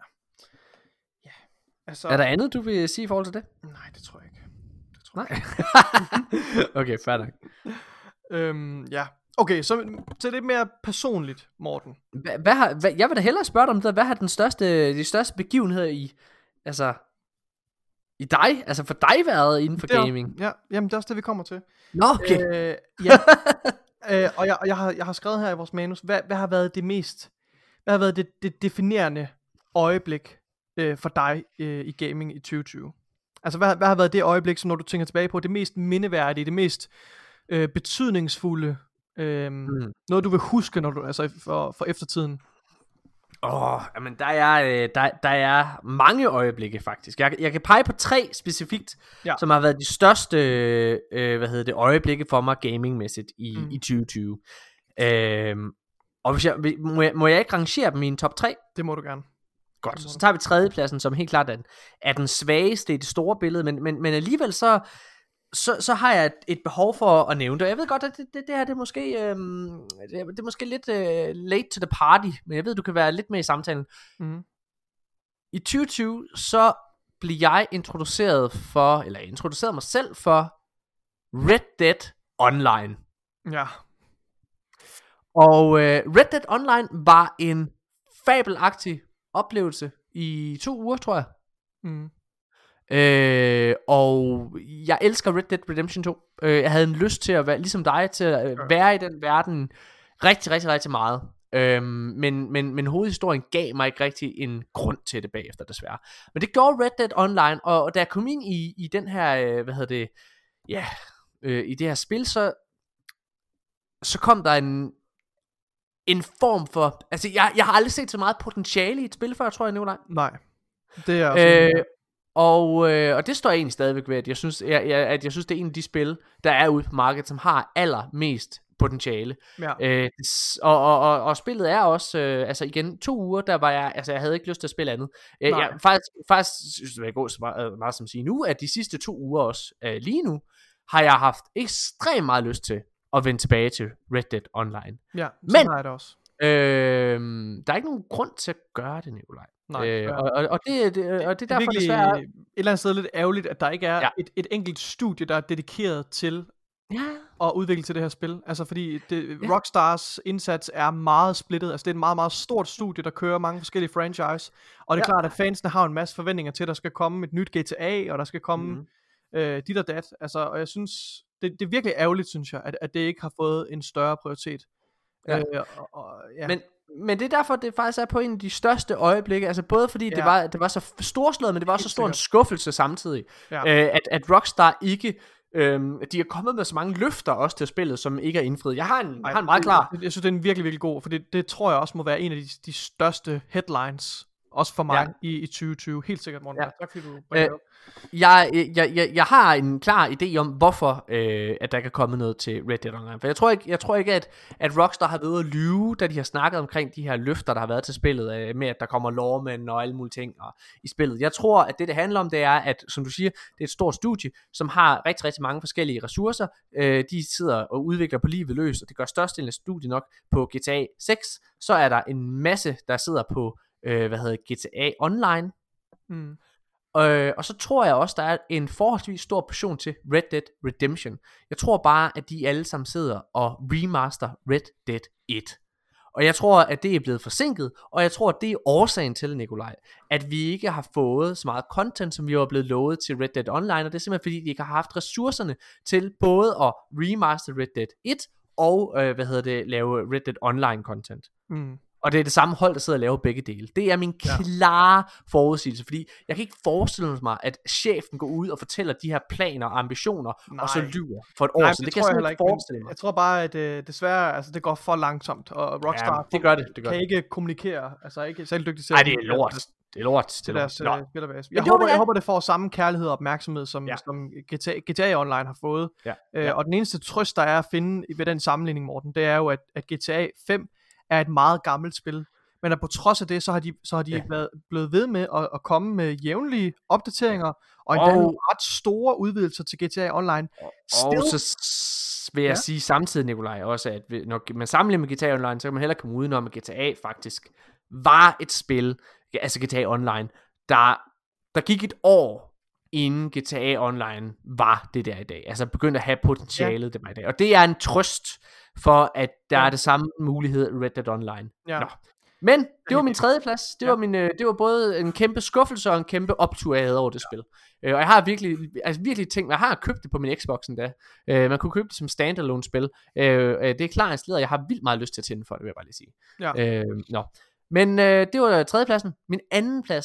Altså, er der andet, du vil sige i forhold til det? Nej, det tror jeg ikke. Det tror nej. Jeg. Okay, fair nok. øhm, ja. Okay, så til det mere personligt, Morten. Hvad, hvad har, hvad, jeg vil da hellere spørge dig om det. Hvad har den største, de største begivenheder i, altså, i dig, altså for dig været inden for det er, gaming? Ja, jamen det er også det, vi kommer til. Nå, okay. Øh, ja. øh, og jeg, og jeg, har, jeg har skrevet her i vores manus, hvad, hvad har været det mest, hvad har været det, det definerende øjeblik øh, for dig øh, i gaming i tyve tyve? Altså, hvad, hvad har været det øjeblik, som når du tænker tilbage på, det mest mindeværdige, det mest øh, betydningsfulde, øh, mm. noget du vil huske, når du, altså for, for eftertiden? Åh, oh, jamen der er, der, der er mange øjeblikke faktisk. Jeg, jeg kan pege på tre specifikt, ja. som har været de største øh, hvad hedder det, øjeblikke for mig gamingmæssigt i, mm. i tyve tyve. Øhm, og hvis jeg, må, jeg, må jeg ikke rangere dem i en top tre? Det må du gerne. Godt, så tager vi tredjepladsen, som helt klart er, er den svageste i det store billede, men, men, men alligevel så, så, så har jeg et, et behov for at nævne det, og jeg ved godt, at det, det, det her det er måske, øhm, det, er, det er måske lidt øh, late to the party, men jeg ved, du kan være lidt med i samtalen. Mm. I tyve tyve, så blev jeg introduceret for, eller jeg introducerede mig selv for Red Dead Online. Ja. Og øh, Red Dead Online var en fabelagtig oplevelse i to uger, tror jeg. Mm. Øh, og jeg elsker Red Dead Redemption to. øh, Jeg havde en lyst til at være ligesom dig, til at øh, være i den verden rigtig, rigtig, rigtig meget. øh, men, men, men hovedhistorien gav mig ikke rigtig en grund til det bagefter, desværre. Men det gjorde Red Dead Online. Og, og da jeg kom ind i, i den her øh, Hvad hedder det Ja øh, i det her spil, så Så kom der en En form for, altså jeg, jeg har aldrig set så meget potentiale i et spil før, tror jeg, Nikolaj. Nej, det er også øh, og, øh, og det står jeg egentlig stadigvæk ved, at jeg synes, jeg, jeg, at jeg synes, det er en af de spil, der er ude på markedet, som har allermest potentiale. Ja. Øh, og, og, og, og spillet er også, øh, altså igen, to uger, der var jeg, altså jeg havde ikke lyst til at spille andet. Øh, jeg faktisk, faktisk synes det vil gå så meget, meget som at sige nu, at de sidste to uger også, øh, lige nu, har jeg haft ekstremt meget lyst til og vende tilbage til Red Dead Online. Ja, men har jeg det også. Øh, der er ikke nogen grund til at gøre det, Nikolaj. Nej, øh, og, og, og, det, det, og det er derfor virkelig, desværre et eller andet sted lidt ærgerligt, at der ikke er ja. et, et enkelt studie, der er dedikeret til ja. at udvikle til det her spil. Altså fordi det, ja. Rockstars indsats er meget splittet. Altså det er et meget, meget stort studie, der kører mange forskellige franchise. Og det er ja. klart, at fansene har en masse forventninger til, at der skal komme et nyt G T A, og der skal komme mm-hmm. øh, dit og dat. Altså, og jeg synes, det, det er virkelig ærgerligt, synes jeg, at, at det ikke har fået en større prioritet. Ja. Øh, og, og, ja. Men Men det er derfor, det faktisk er på en af de største øjeblikke. Altså både fordi ja. det, var, det var så storslået, men det var også så stor en skuffelse samtidig. Ja. Øh, at, at Rockstar ikke øhm, de er kommet med så mange løfter også til spillet, som ikke er indfriet. Jeg har en, Ej, jeg har en meget klar. Jeg synes, det er en virkelig, virkelig god, for det, det tror jeg også må være en af de, de største headlines, også for mig ja. i, i tyve tyve. Helt sikkert, Morten. Ja. Tak fordi du bringer det op. Jeg, jeg, jeg, jeg har en klar idé om, hvorfor øh, at der kan komme noget til Red Dead Online. For jeg tror ikke, jeg tror ikke at, at Rockstar har været at lyve, da de har snakket omkring de her løfter, der har været til spillet, øh, med at der kommer lawmen og alle mulige ting og, i spillet. Jeg tror, at det, det handler om, det er, at som du siger, det er et stort studie, som har rigtig, rigtig mange forskellige ressourcer. Øh, de sidder og udvikler på livet løs, og det gør størstedelen af studiet nok på G T A seks. Så er der en masse, der sidder på øh, hvad hedder G T A Online. Mm. Øh, og så tror jeg også, der er en forholdsvis stor portion til Red Dead Redemption. Jeg tror bare, at de alle sammen sidder og remaster Red Dead et. Og jeg tror, at det er blevet forsinket, og jeg tror, at det er årsagen til, Nikolaj, at vi ikke har fået så meget content, som vi var blevet lovet til Red Dead Online, og det er simpelthen fordi, de ikke har haft ressourcerne til både at remaster Red Dead et, og øh, hvad hedder det, lave Red Dead Online content. Mm. Og det er det samme hold, der sidder og laver begge dele. Det er min klare ja. forudsigelse, fordi jeg kan ikke forestille mig, at chefen går ud og fortæller de her planer og ambitioner, Nej. og så lyver for et år Nej, siden. Det, det kan jeg jeg ikke forestille mig. Jeg tror bare, at øh, desværre, altså det går for langsomt, og Rockstar ja, det gør det, det gør kan det. ikke kommunikere, altså ikke selv dygtigt til. Nej, det er lort. Det er lort. Til deres uh, spillerbase. Jeg, det håber, jeg håber, det får samme kærlighed og opmærksomhed, som, ja. som G T A, G T A Online har fået. Ja. Øh, ja. Og den eneste trøst, der er at finde ved den sammenligning, Morten, det er jo, at, at G T A fem er et meget gammelt spil. Men at på trods af det, så har de, så har de ja. været, blevet ved med at, at komme med jævnlige opdateringer, og endda og, nogle ret store udvidelser til G T A Online. Og, og så vil jeg ja. sige samtidig, Nikolaj, også, at når man sammenligner med G T A Online, så kan man heller komme udenom, at G T A faktisk var et spil, altså G T A Online, der, der gik et år, inden G T A Online var det der i dag. Altså begyndte at have potentialet, ja. det var i dag. Og det er en trøst for, at der ja. er det samme mulighed i Red Dead Online. Ja. Nå. Men det var min tredje plads. Det var, ja. min, det var både en kæmpe skuffelse og en kæmpe optur, jeg havde over det ja. spil. Uh, og jeg har virkelig, altså virkelig tænkt, jeg har købt det på min Xbox endda. Uh, man kunne købe det som standalone spil. Uh, uh, det er klart installeret, jeg har vildt meget lyst til at tænde for det, vil jeg bare lige sige. Ja. Uh, no. Men uh, det var tredje pladsen. Min anden plads,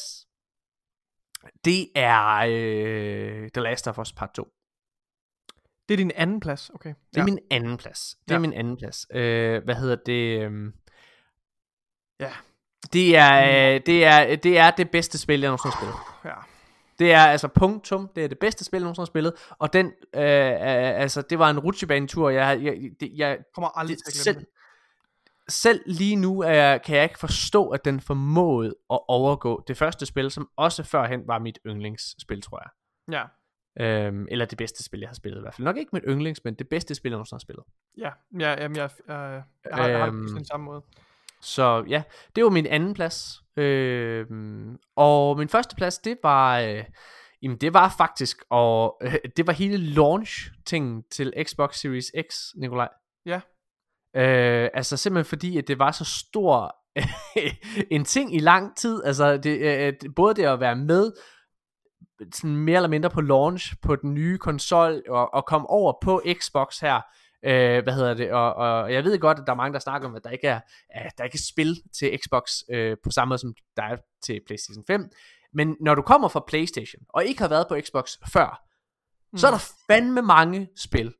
det er uh, The Last of Us Part to. Det er din anden plads, okay. Det er ja. min anden plads. Det ja. er min anden plads. Uh, hvad hedder det? Um, Ja. Det er, det er det er det bedste spil jeg nogensinde har spillet. Ja. Det er altså punktum. Det er det bedste spil jeg nogensinde har spillet. Og den øh, altså det var en rutsjebanetur. Jeg jeg jeg, jeg kommer aldrig det, til at glemme selv, selv lige nu er, kan jeg ikke forstå at den formåede at overgå det første spil, som også førhen var mit yndlingsspil, tror jeg. Ja. Øhm, eller det bedste spil jeg har spillet i hvert fald. Nok ikke mit yndlings, men det bedste spil jeg nogensinde har spillet. Ja. Ja, jamen jeg jeg, jeg, jeg har, jeg har det på den samme måde. Så ja, det var min anden plads. Øh, og min første plads, det var, øh, jamen det var faktisk, og øh, det var hele launch-tingen til Xbox Series X, Nikolaj. Ja. Øh, altså simpelthen fordi, at det var så stor en ting i lang tid. Altså det, øh, både det at være med, sådan mere eller mindre på launch på den nye konsol, og, og komme over på Xbox her. Øh, hvad hedder det, og, og jeg ved godt, at der er mange, der snakker om, at der ikke er, at der ikke er spil til Xbox øh, på samme måde, som der er til PlayStation fem, men når du kommer fra PlayStation, og ikke har været på Xbox før, mm. så er der fandme mange spil,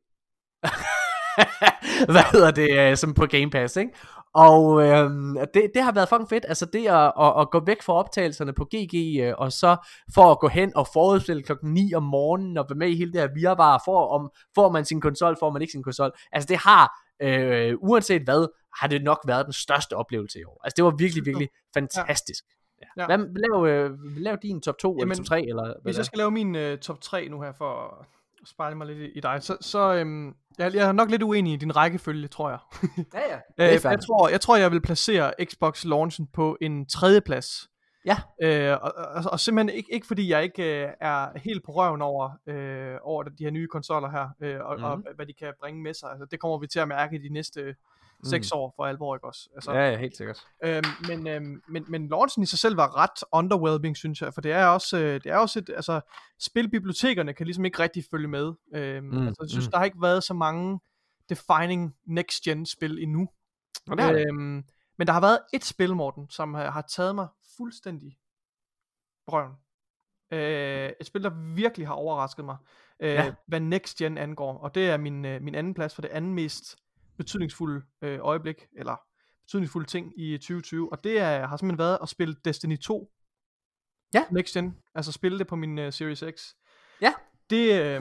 hvad hedder det, øh, som på Game Pass, ikke? Og øh, det, det har været fucking fedt. Altså det at, at, at gå væk fra optagelserne på G G, øh, og så for at gå hen og forudstille klokken ni om morgenen og være med i hele det her virvar, for om får man sin konsol, får man ikke sin konsol. Altså det har øh, uanset hvad, har det nok været den største oplevelse i år. Altså det var virkelig virkelig fantastisk. Ja. Ja. Hvad, lav, øh, lav din top to eller top tre eller hvad? Hvis jeg skal lave min øh, top tre nu her for at spejle mig lidt i, i dig, så, så øhm, jeg, jeg er nok lidt uenig i din rækkefølge, tror jeg. Ja, ja. øh, jeg, tror, jeg tror, jeg vil placere Xbox launchen på en tredje plads. Ja. Øh, og, og, og simpelthen ikke, ikke fordi jeg ikke øh, er helt på røven over, øh, over de her nye konsoller her, øh, og, mm. og hvad de kan bringe med sig. Altså, det kommer vi til at mærke i de næste seks mm. år for alvor, ikke også? Altså, ja, ja, helt sikkert. Øhm, men, øhm, men, men launchen i sig selv var ret underwhelming, synes jeg, for det er også, øh, det er også et, altså, spilbibliotekerne kan ligesom ikke rigtig følge med. Øhm, mm. Altså, jeg synes, mm. der har ikke været så mange defining next-gen spil endnu. Okay. Øhm, men der har været et spil, Morten, som har, har taget mig fuldstændig røven. Øh, et spil, der virkelig har overrasket mig, øh, ja. hvad next-gen angår, og det er min, øh, min anden plads for det anden mest betydningsfulde øh, øjeblik, eller betydningsfulde ting i tyve tyve, og det er, har simpelthen været at spille Destiny to ja. next gen, altså spille det på min uh, Series X. Ja. Det, øh,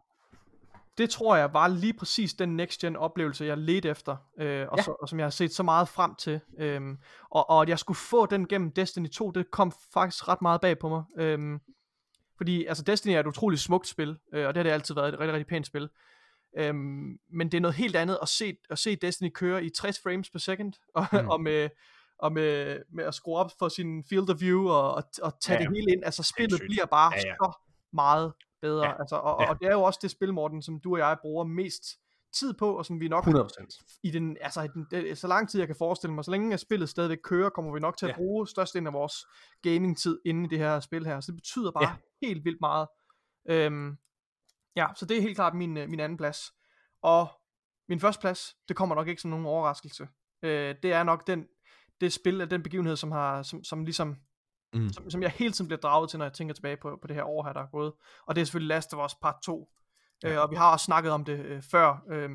det tror jeg var lige præcis den next gen oplevelse, jeg ledte efter, øh, og, ja. så, og som jeg har set så meget frem til, øh, og, og at jeg skulle få den gennem Destiny to, det kom faktisk ret meget bag på mig, øh, fordi altså Destiny er et utroligt smukt spil, øh, og det har det altid været et rigtig, rigtig pænt spil. Øhm, men det er noget helt andet at se, at se Destiny køre i tres frames per second, og, mm. og, med, og med, med at skrue op for sin field of view, og, og, og tage ja, det hele ind, altså spillet bliver bare ja, ja. så meget bedre, ja. Altså, og, ja. og det er jo også det spil, Morten, som du og jeg bruger mest tid på, og som vi nok hundrede procent i den, altså i den, så lang tid jeg kan forestille mig, så længe at spillet stadigvæk kører, kommer vi nok til at ja. bruge størstedelen af vores gaming-tid inde i det her spil her, så det betyder bare ja. helt vildt meget. Øhm, ja, så det er helt klart min, min anden plads. Og min første plads, det kommer nok ikke som nogen overraskelse. Øh, det er nok den, det spil, den begivenhed, som har, som, som ligesom, mm. som, som jeg hele tiden bliver draget til, når jeg tænker tilbage på, på det her år her, der er gået. Og det er selvfølgelig Last of Us Part to. Ja. Øh, og vi har også snakket om det øh, før, øh,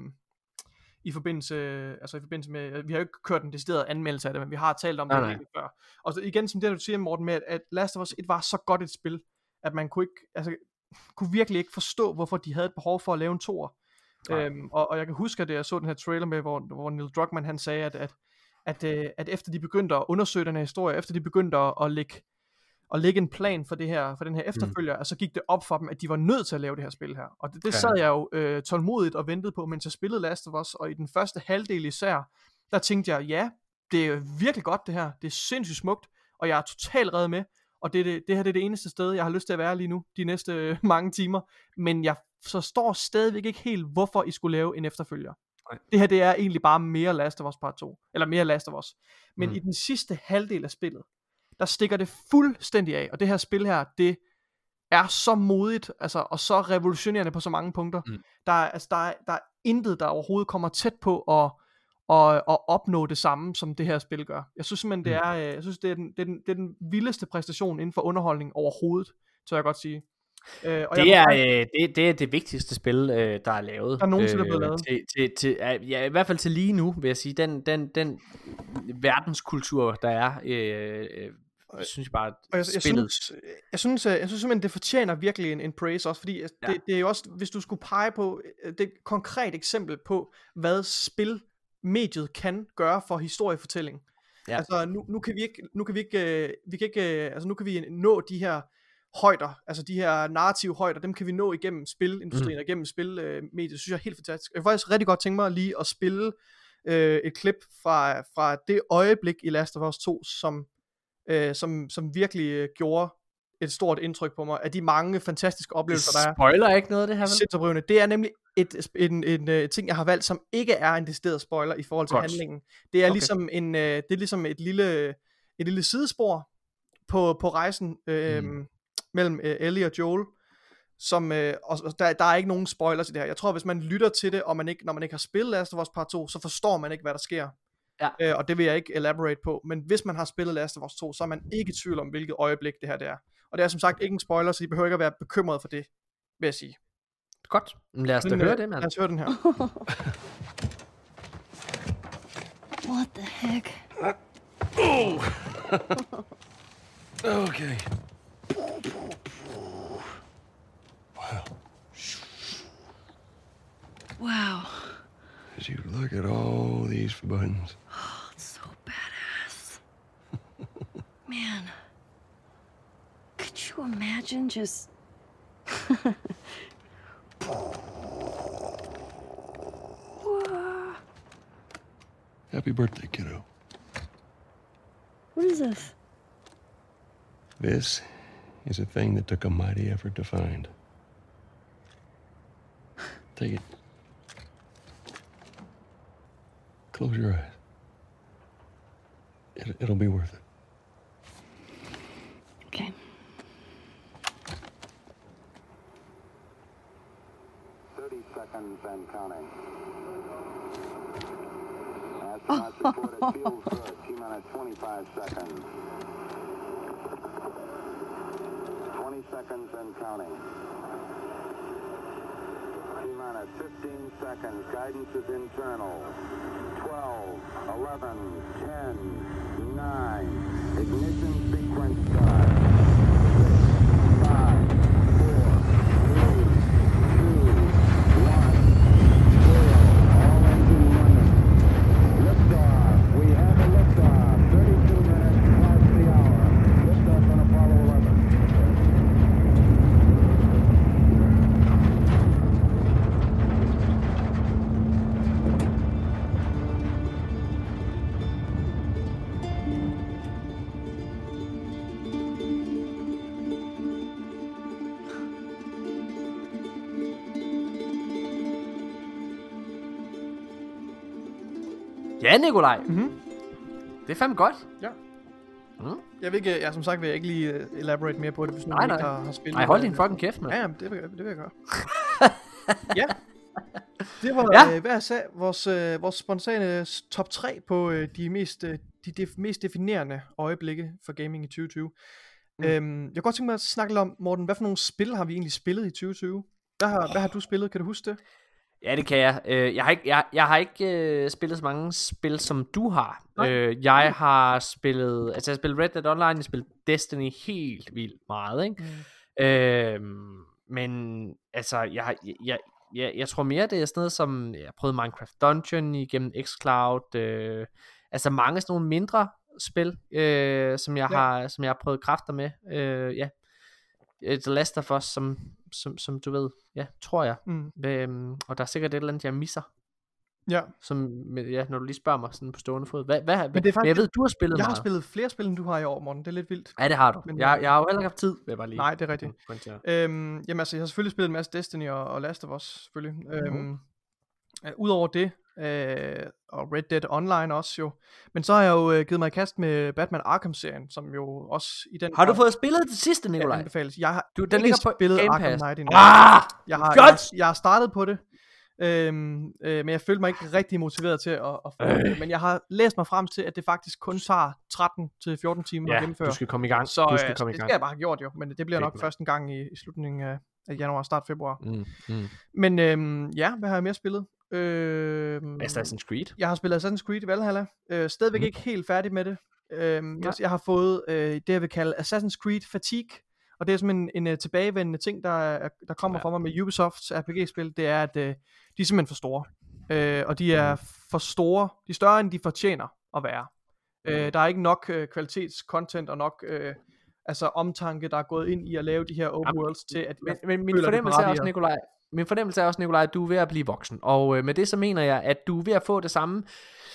i forbindelse, øh, altså i forbindelse med, vi har jo ikke kørt en decideret anmeldelse af det, men vi har talt om det nej, nej. før. Og så igen, som det du siger, Morten, med, at, at Last of Us et var så godt et spil, at man kunne ikke, altså, kunne virkelig ikke forstå, hvorfor de havde et behov for at lave en toer. Øhm, og, og jeg kan huske, at jeg så den her trailer med, hvor, hvor Neil Druckmann han sagde, at, at, at, at, at efter de begyndte at undersøge den her historie, efter de begyndte at, at, lægge, at lægge en plan for, det her, for den her efterfølger, mm. og så gik det op for dem, at de var nødt til at lave det her spil her. Og det, det sad jeg jo øh, tålmodigt og ventede på, mens jeg spillede Last of Us, og i den første halvdel især, der tænkte jeg, ja, det er virkelig godt det her, det er sindssygt smukt, og jeg er totalt reddet med, og det, det, det her det er det eneste sted, jeg har lyst til at være lige nu, de næste øh, mange timer, men jeg forstår stadigvæk ikke helt, hvorfor I skulle lave en efterfølger. Nej. Det her, det er egentlig bare mere Last of Us Part to, eller mere Last of Us. Men mm. i den sidste halvdel af spillet, der stikker det fuldstændig af, og det her spil her, det er så modigt, altså, og så revolutionerende på så mange punkter. Mm. Der, er, altså, der, er, der er intet, der overhovedet kommer tæt på at, at, at opnå det samme, som det her spil gør. Jeg synes simpelthen, det er, jeg synes, det er, den, det er, den, det er den vildeste præstation inden for underholdning overhovedet, tør jeg godt sige. Øh, og det, er, øh, det, det er det vigtigste spil, øh, der er lavet. Der er nogensinde øh, blevet lavet. Til, til, til, ja, i hvert fald til lige nu, vil jeg sige. Den, den, den verdenskultur, der er, øh, øh, synes jeg bare, og jeg, jeg spillet. Synes, jeg, synes, jeg synes simpelthen, det fortjener virkelig en, en praise også, fordi ja. det, det er jo også, hvis du skulle pege på, det er et konkret eksempel på, hvad spilmediet kan gøre for historiefortælling. Ja. Altså, nu, nu kan vi ikke, nu kan vi ikke, vi kan ikke, altså nu kan vi nå de her højder, altså de her narrative højder, dem kan vi nå igennem spilindustrien mm. og igennem spilmediet, det synes jeg er helt fantastisk. Jeg vil faktisk rigtig godt tænke mig lige at spille øh, et klip fra, fra det øjeblik i Last of Us to, som, øh, som, som virkelig øh, gjorde et stort indtryk på mig, af de mange fantastiske oplevelser, der er. Det spoiler ikke noget, det her vel? Det er nemlig et, en, en, en ting, jeg har valgt, som ikke er en decideret spoiler i forhold til godt. handlingen. Det er, okay. ligesom en, øh, det er ligesom et lille, et lille sidespor på, på rejsen, øh, mm. mellem uh, Ellie og Joel, som, uh, og der, der er ikke nogen spoilers i det her. Jeg tror, hvis man lytter til det, og man ikke, når man ikke har spillet Last of Us Part to, så forstår man ikke, hvad der sker. Ja. Uh, og det vil jeg ikke elaborate på. Men hvis man har spillet Last of Us to, så er man ikke i tvivl om, hvilket øjeblik det her det er. Og det er som sagt ikke en spoiler, så I behøver ikke at være bekymret for det, vil jeg sige. Godt. Lad os da høre det, mand. Lad os høre den her. What the heck? Oh! Okay. Wow. Wow. As you look at all these buttons. Oh, it's so badass. Man. Could you imagine just... Happy birthday, kiddo. What is this? This is a thing that took a mighty effort to find. Take it. Close your eyes. It, it'll be worth it. Okay. thirty seconds and counting. Astronauts report it feels good. T minus twenty-five seconds. twenty seconds and counting. T minus fifteen seconds. Guidance is internal. twelve, eleven, ten, nine. Ignition sequence start. five, four, three, two, one, zero. All engine running. Liftoff. We have a liftoff. thirty-two minutes past the hour. Liftoff on Apollo eleven. Ja, Nikolaj. Mhm. Det er fandme godt. Ja. Mm. Jeg vil ikke, jeg, som sagt vil jeg ikke lige uh, elaborate mere på det, hvis Nej, nogen nej. ikke har, har spillet. Nej, hold din fucking kæft, mand. Ja, jamen, det vil, jeg- det vil jeg gøre. Ja. Det var Ja. ja. øh, hvad jeg sagde, vores, øh, vores spontane s- top tre på øh, de, mest, øh, de def- mest definerende øjeblikke for gaming i tyve tyve. Mm. Øhm, jeg kunne godt tænke mig at snakke lidt om, Morten, hvad for nogle spil har vi egentlig spillet i tyve tyve? Hvad har, oh. hvad har du spillet? Kan du huske det? Ja, det kan jeg. Øh, jeg har ikke, jeg, jeg har ikke øh, spillet så mange spil, som du har. Nej. Øh, jeg har spillet, altså jeg har spillet Red Dead Online, jeg har spillet Destiny helt vildt meget, ikke? Mm. Øh, men altså, jeg, har- jeg, jeg, jeg, jeg tror mere, det er sådan noget som, jeg har prøvet Minecraft Dungeon igennem xCloud, øh, altså mange sådan nogle mindre spil, øh, som, jeg Ja. har, som jeg har prøvet kræfter med, øh, ja. Øh, The Last of Us, som, som, som du ved, ja, tror jeg. Mm. Øhm, og der er sikkert et eller andet, jeg misser. Ja. Som, med- ja, når du lige spørger mig sådan på stående fod. Hvad, hvad, Men det er faktisk, men jeg ved, du har spillet jeg har meget. spillet flere spil, end du har i år, Morten. Det er lidt vildt. Ja, det har du. Men- Jeg, jeg har jo heller ikke haft tid, vil jeg bare lige. Nej, det er rigtigt. pointere. Øhm, jamen altså, jeg har selvfølgelig spillet en masse Destiny og, og Last of Us, selvfølgelig. Mm-hmm. Øhm, øh, Udover det, øh, og Red Dead Online også jo. Men så har jeg jo øh, givet mig i kast med Batman Arkham-serien, som jo også i den Har du grad fået spillet det sidste, kan Nikolaj? anbefales. Jeg har Du, den ikke ligger på spillet Game Arkham Pass. Knight endnu. Ah! Jeg har, Godt! jeg, har- jeg har startet på det, øhm, øh, men jeg følte mig ikke rigtig motiveret til at, at få det. Men jeg har læst mig frem til, at det faktisk kun tager tretten til fjorten timer at Ja, gennemføre. du skal komme i gang. Så du skal øh, komme i det gang. skal jeg bare have gjort jo, men det bliver Fedt, nok mand. først en gang i, i slutningen af, af januar, start februar. Mm, mm. Men øhm, ja, hvad har jeg mere spillet? Øhm, Assassin's Creed. jeg har spillet Assassin's Creed Valhalla. Øh, stadigvæk Mhm. ikke helt færdig med det. Øhm, jeg, jeg har fået øh, det, jeg vil kalde Assassin's Creed Fatigue. Og det er simpelthen en, en uh, tilbagevendende ting, der, er, der kommer Ja. fra mig med Ubisofts R P G-spil. Det er, at øh, de er simpelthen for store. Øh, og de er for store. De er større, end de fortjener at være. Øh, der er ikke nok øh, kvalitetscontent og nok øh, altså omtanke, der er gået ind i at lave de her open Jamen, worlds til, at Men, jeg men min føler, det fornemmelse er også, berettiger. Nikolaj, min fornemmelse er også, Nikolaj, at du er ved at blive voksen. Og øh, med det så mener jeg, at du er ved at få det samme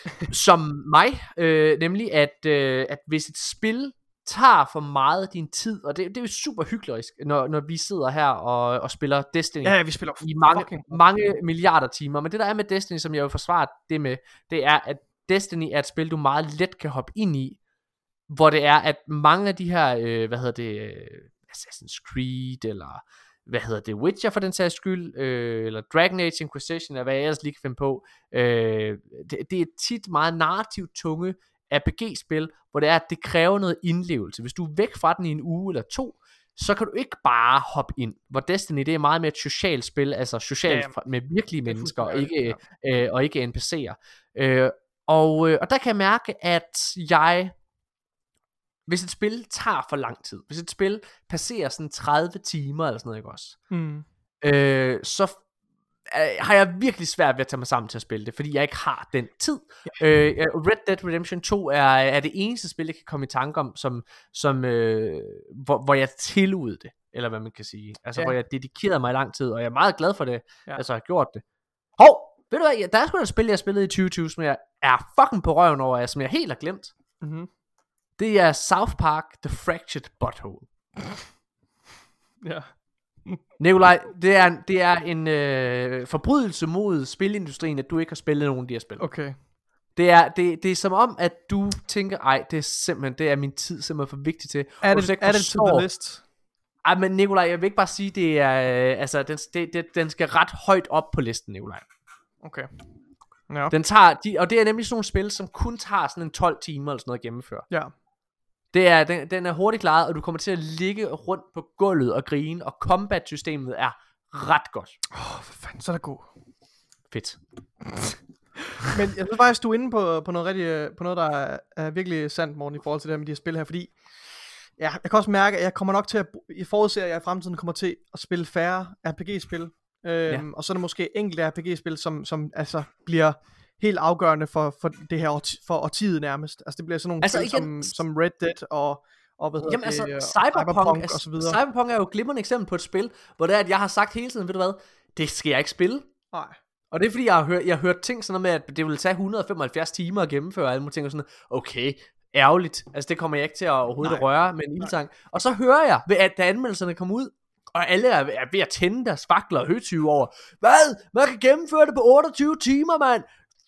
som mig. Øh, nemlig, at, øh, at hvis et spil tager for meget af din tid, og det, det er jo super hyklerisk, når, når vi sidder her og, og spiller Destiny Ja, ja, vi spiller i mange, fucking mange milliarder timer. Men det der er med Destiny, som jeg vil forsvare det med, det er, at Destiny er et spil, du meget let kan hoppe ind i, hvor det er, at mange af de her, øh, hvad hedder det, øh, Assassin's Creed, eller hvad hedder det, Witcher for den sags skyld, øh, eller Dragon Age Inquisition, eller hvad jeg ellers lige kan finde på, øh, det, det er tit meget narrativt tunge R P G-spil, hvor det er, at det kræver noget indlevelse. Hvis du er væk fra den i en uge eller to, så kan du ikke bare hoppe ind. Hvor Destiny, det er meget mere et socialt spil, altså socialt Ja, med virkelige det er mennesker, og fuldstændig ikke, øh, og ikke N P C'er. Øh, og, øh, og der kan jeg mærke, at jeg, hvis et spil tager for lang tid, hvis et spil passerer sådan tredive timer, eller sådan noget, ikke også, Mm. øh, så øh, har jeg virkelig svært ved at tage mig sammen til at spille det, fordi jeg ikke har den tid. Øh, Red Dead Redemption to er, er det eneste spil, jeg kan komme i tanke om, som, som, øh, hvor, hvor jeg tillod det, eller hvad man kan sige. Altså, Ja. hvor jeg dedikerede mig i lang tid, og jeg er meget glad for det, Ja. altså jeg har gjort det. Hov, ved du hvad, der er sgu et spil, jeg spillede i tyve tyve, som jeg er fucking på røven over, som jeg helt har glemt. Mm-hmm. Det er South Park The Fractured Butthole. Ja. Nikolaj, det er, det er en øh, forbrydelse mod spilindustrien, at du ikke har spillet nogen af de her spil. Okay. Det er, det, det er som om, at du tænker, ej, det er simpelthen, det er min tid simpelthen for vigtig til. Er Og du det, slet ikke er det to forstår- the list? Ej, men Nikolaj, jeg vil ikke bare sige, det er, øh, altså, den, det, det, den skal ret højt op på listen, Nikolaj. Okay. Ja. Den tager, de, og det er nemlig sådan nogle spil, som kun tager sådan en tolv timer eller sådan noget at gennemføre. Ja. Det er, den, den er hurtigt klaret, og du kommer til at ligge rundt på gulvet og grine, og combat-systemet er ret godt. Åh, oh, for fanden, så er der god. Fedt. Men jeg synes faktisk, du er inde på, på noget rigtig, øh, på noget, der er, er virkelig sandt, Morten, i forhold til det her med de her spil her, fordi ja, jeg kan også mærke, at jeg kommer nok til at, jeg forudser, at jeg i fremtiden kommer til at spille færre R P G-spil, øhm, ja. Og så er der måske enkelte R P G-spil, som, som altså bliver helt afgørende for, for det her årti, for årtiet nærmest. Altså det bliver sådan nogle Altså, spil igen- som, som Red Dead og, og hvad hedder Jamen altså, det, øh, Cyberpunk, og så altså, videre. Cyberpunk er jo et glimrende eksempel på et spil, hvor det er, at jeg har sagt hele tiden, ved du hvad, det skal jeg ikke spille. Nej. Og det er fordi, jeg har hørt, jeg har hørt ting sådan noget med, at det ville tage et hundrede og femoghalvfjerds timer at gennemføre, og alle mulige ting, og sådan, okay, ærgerligt. Altså det kommer jeg ikke til at overhovedet at røre med en ildtang. Og så hører jeg, ved at da anmeldelserne kom ud, og alle er er ved at tænde deres fakler og høtyve over, hvad? Man kan gennemføre det på otteogtyve timer, mand!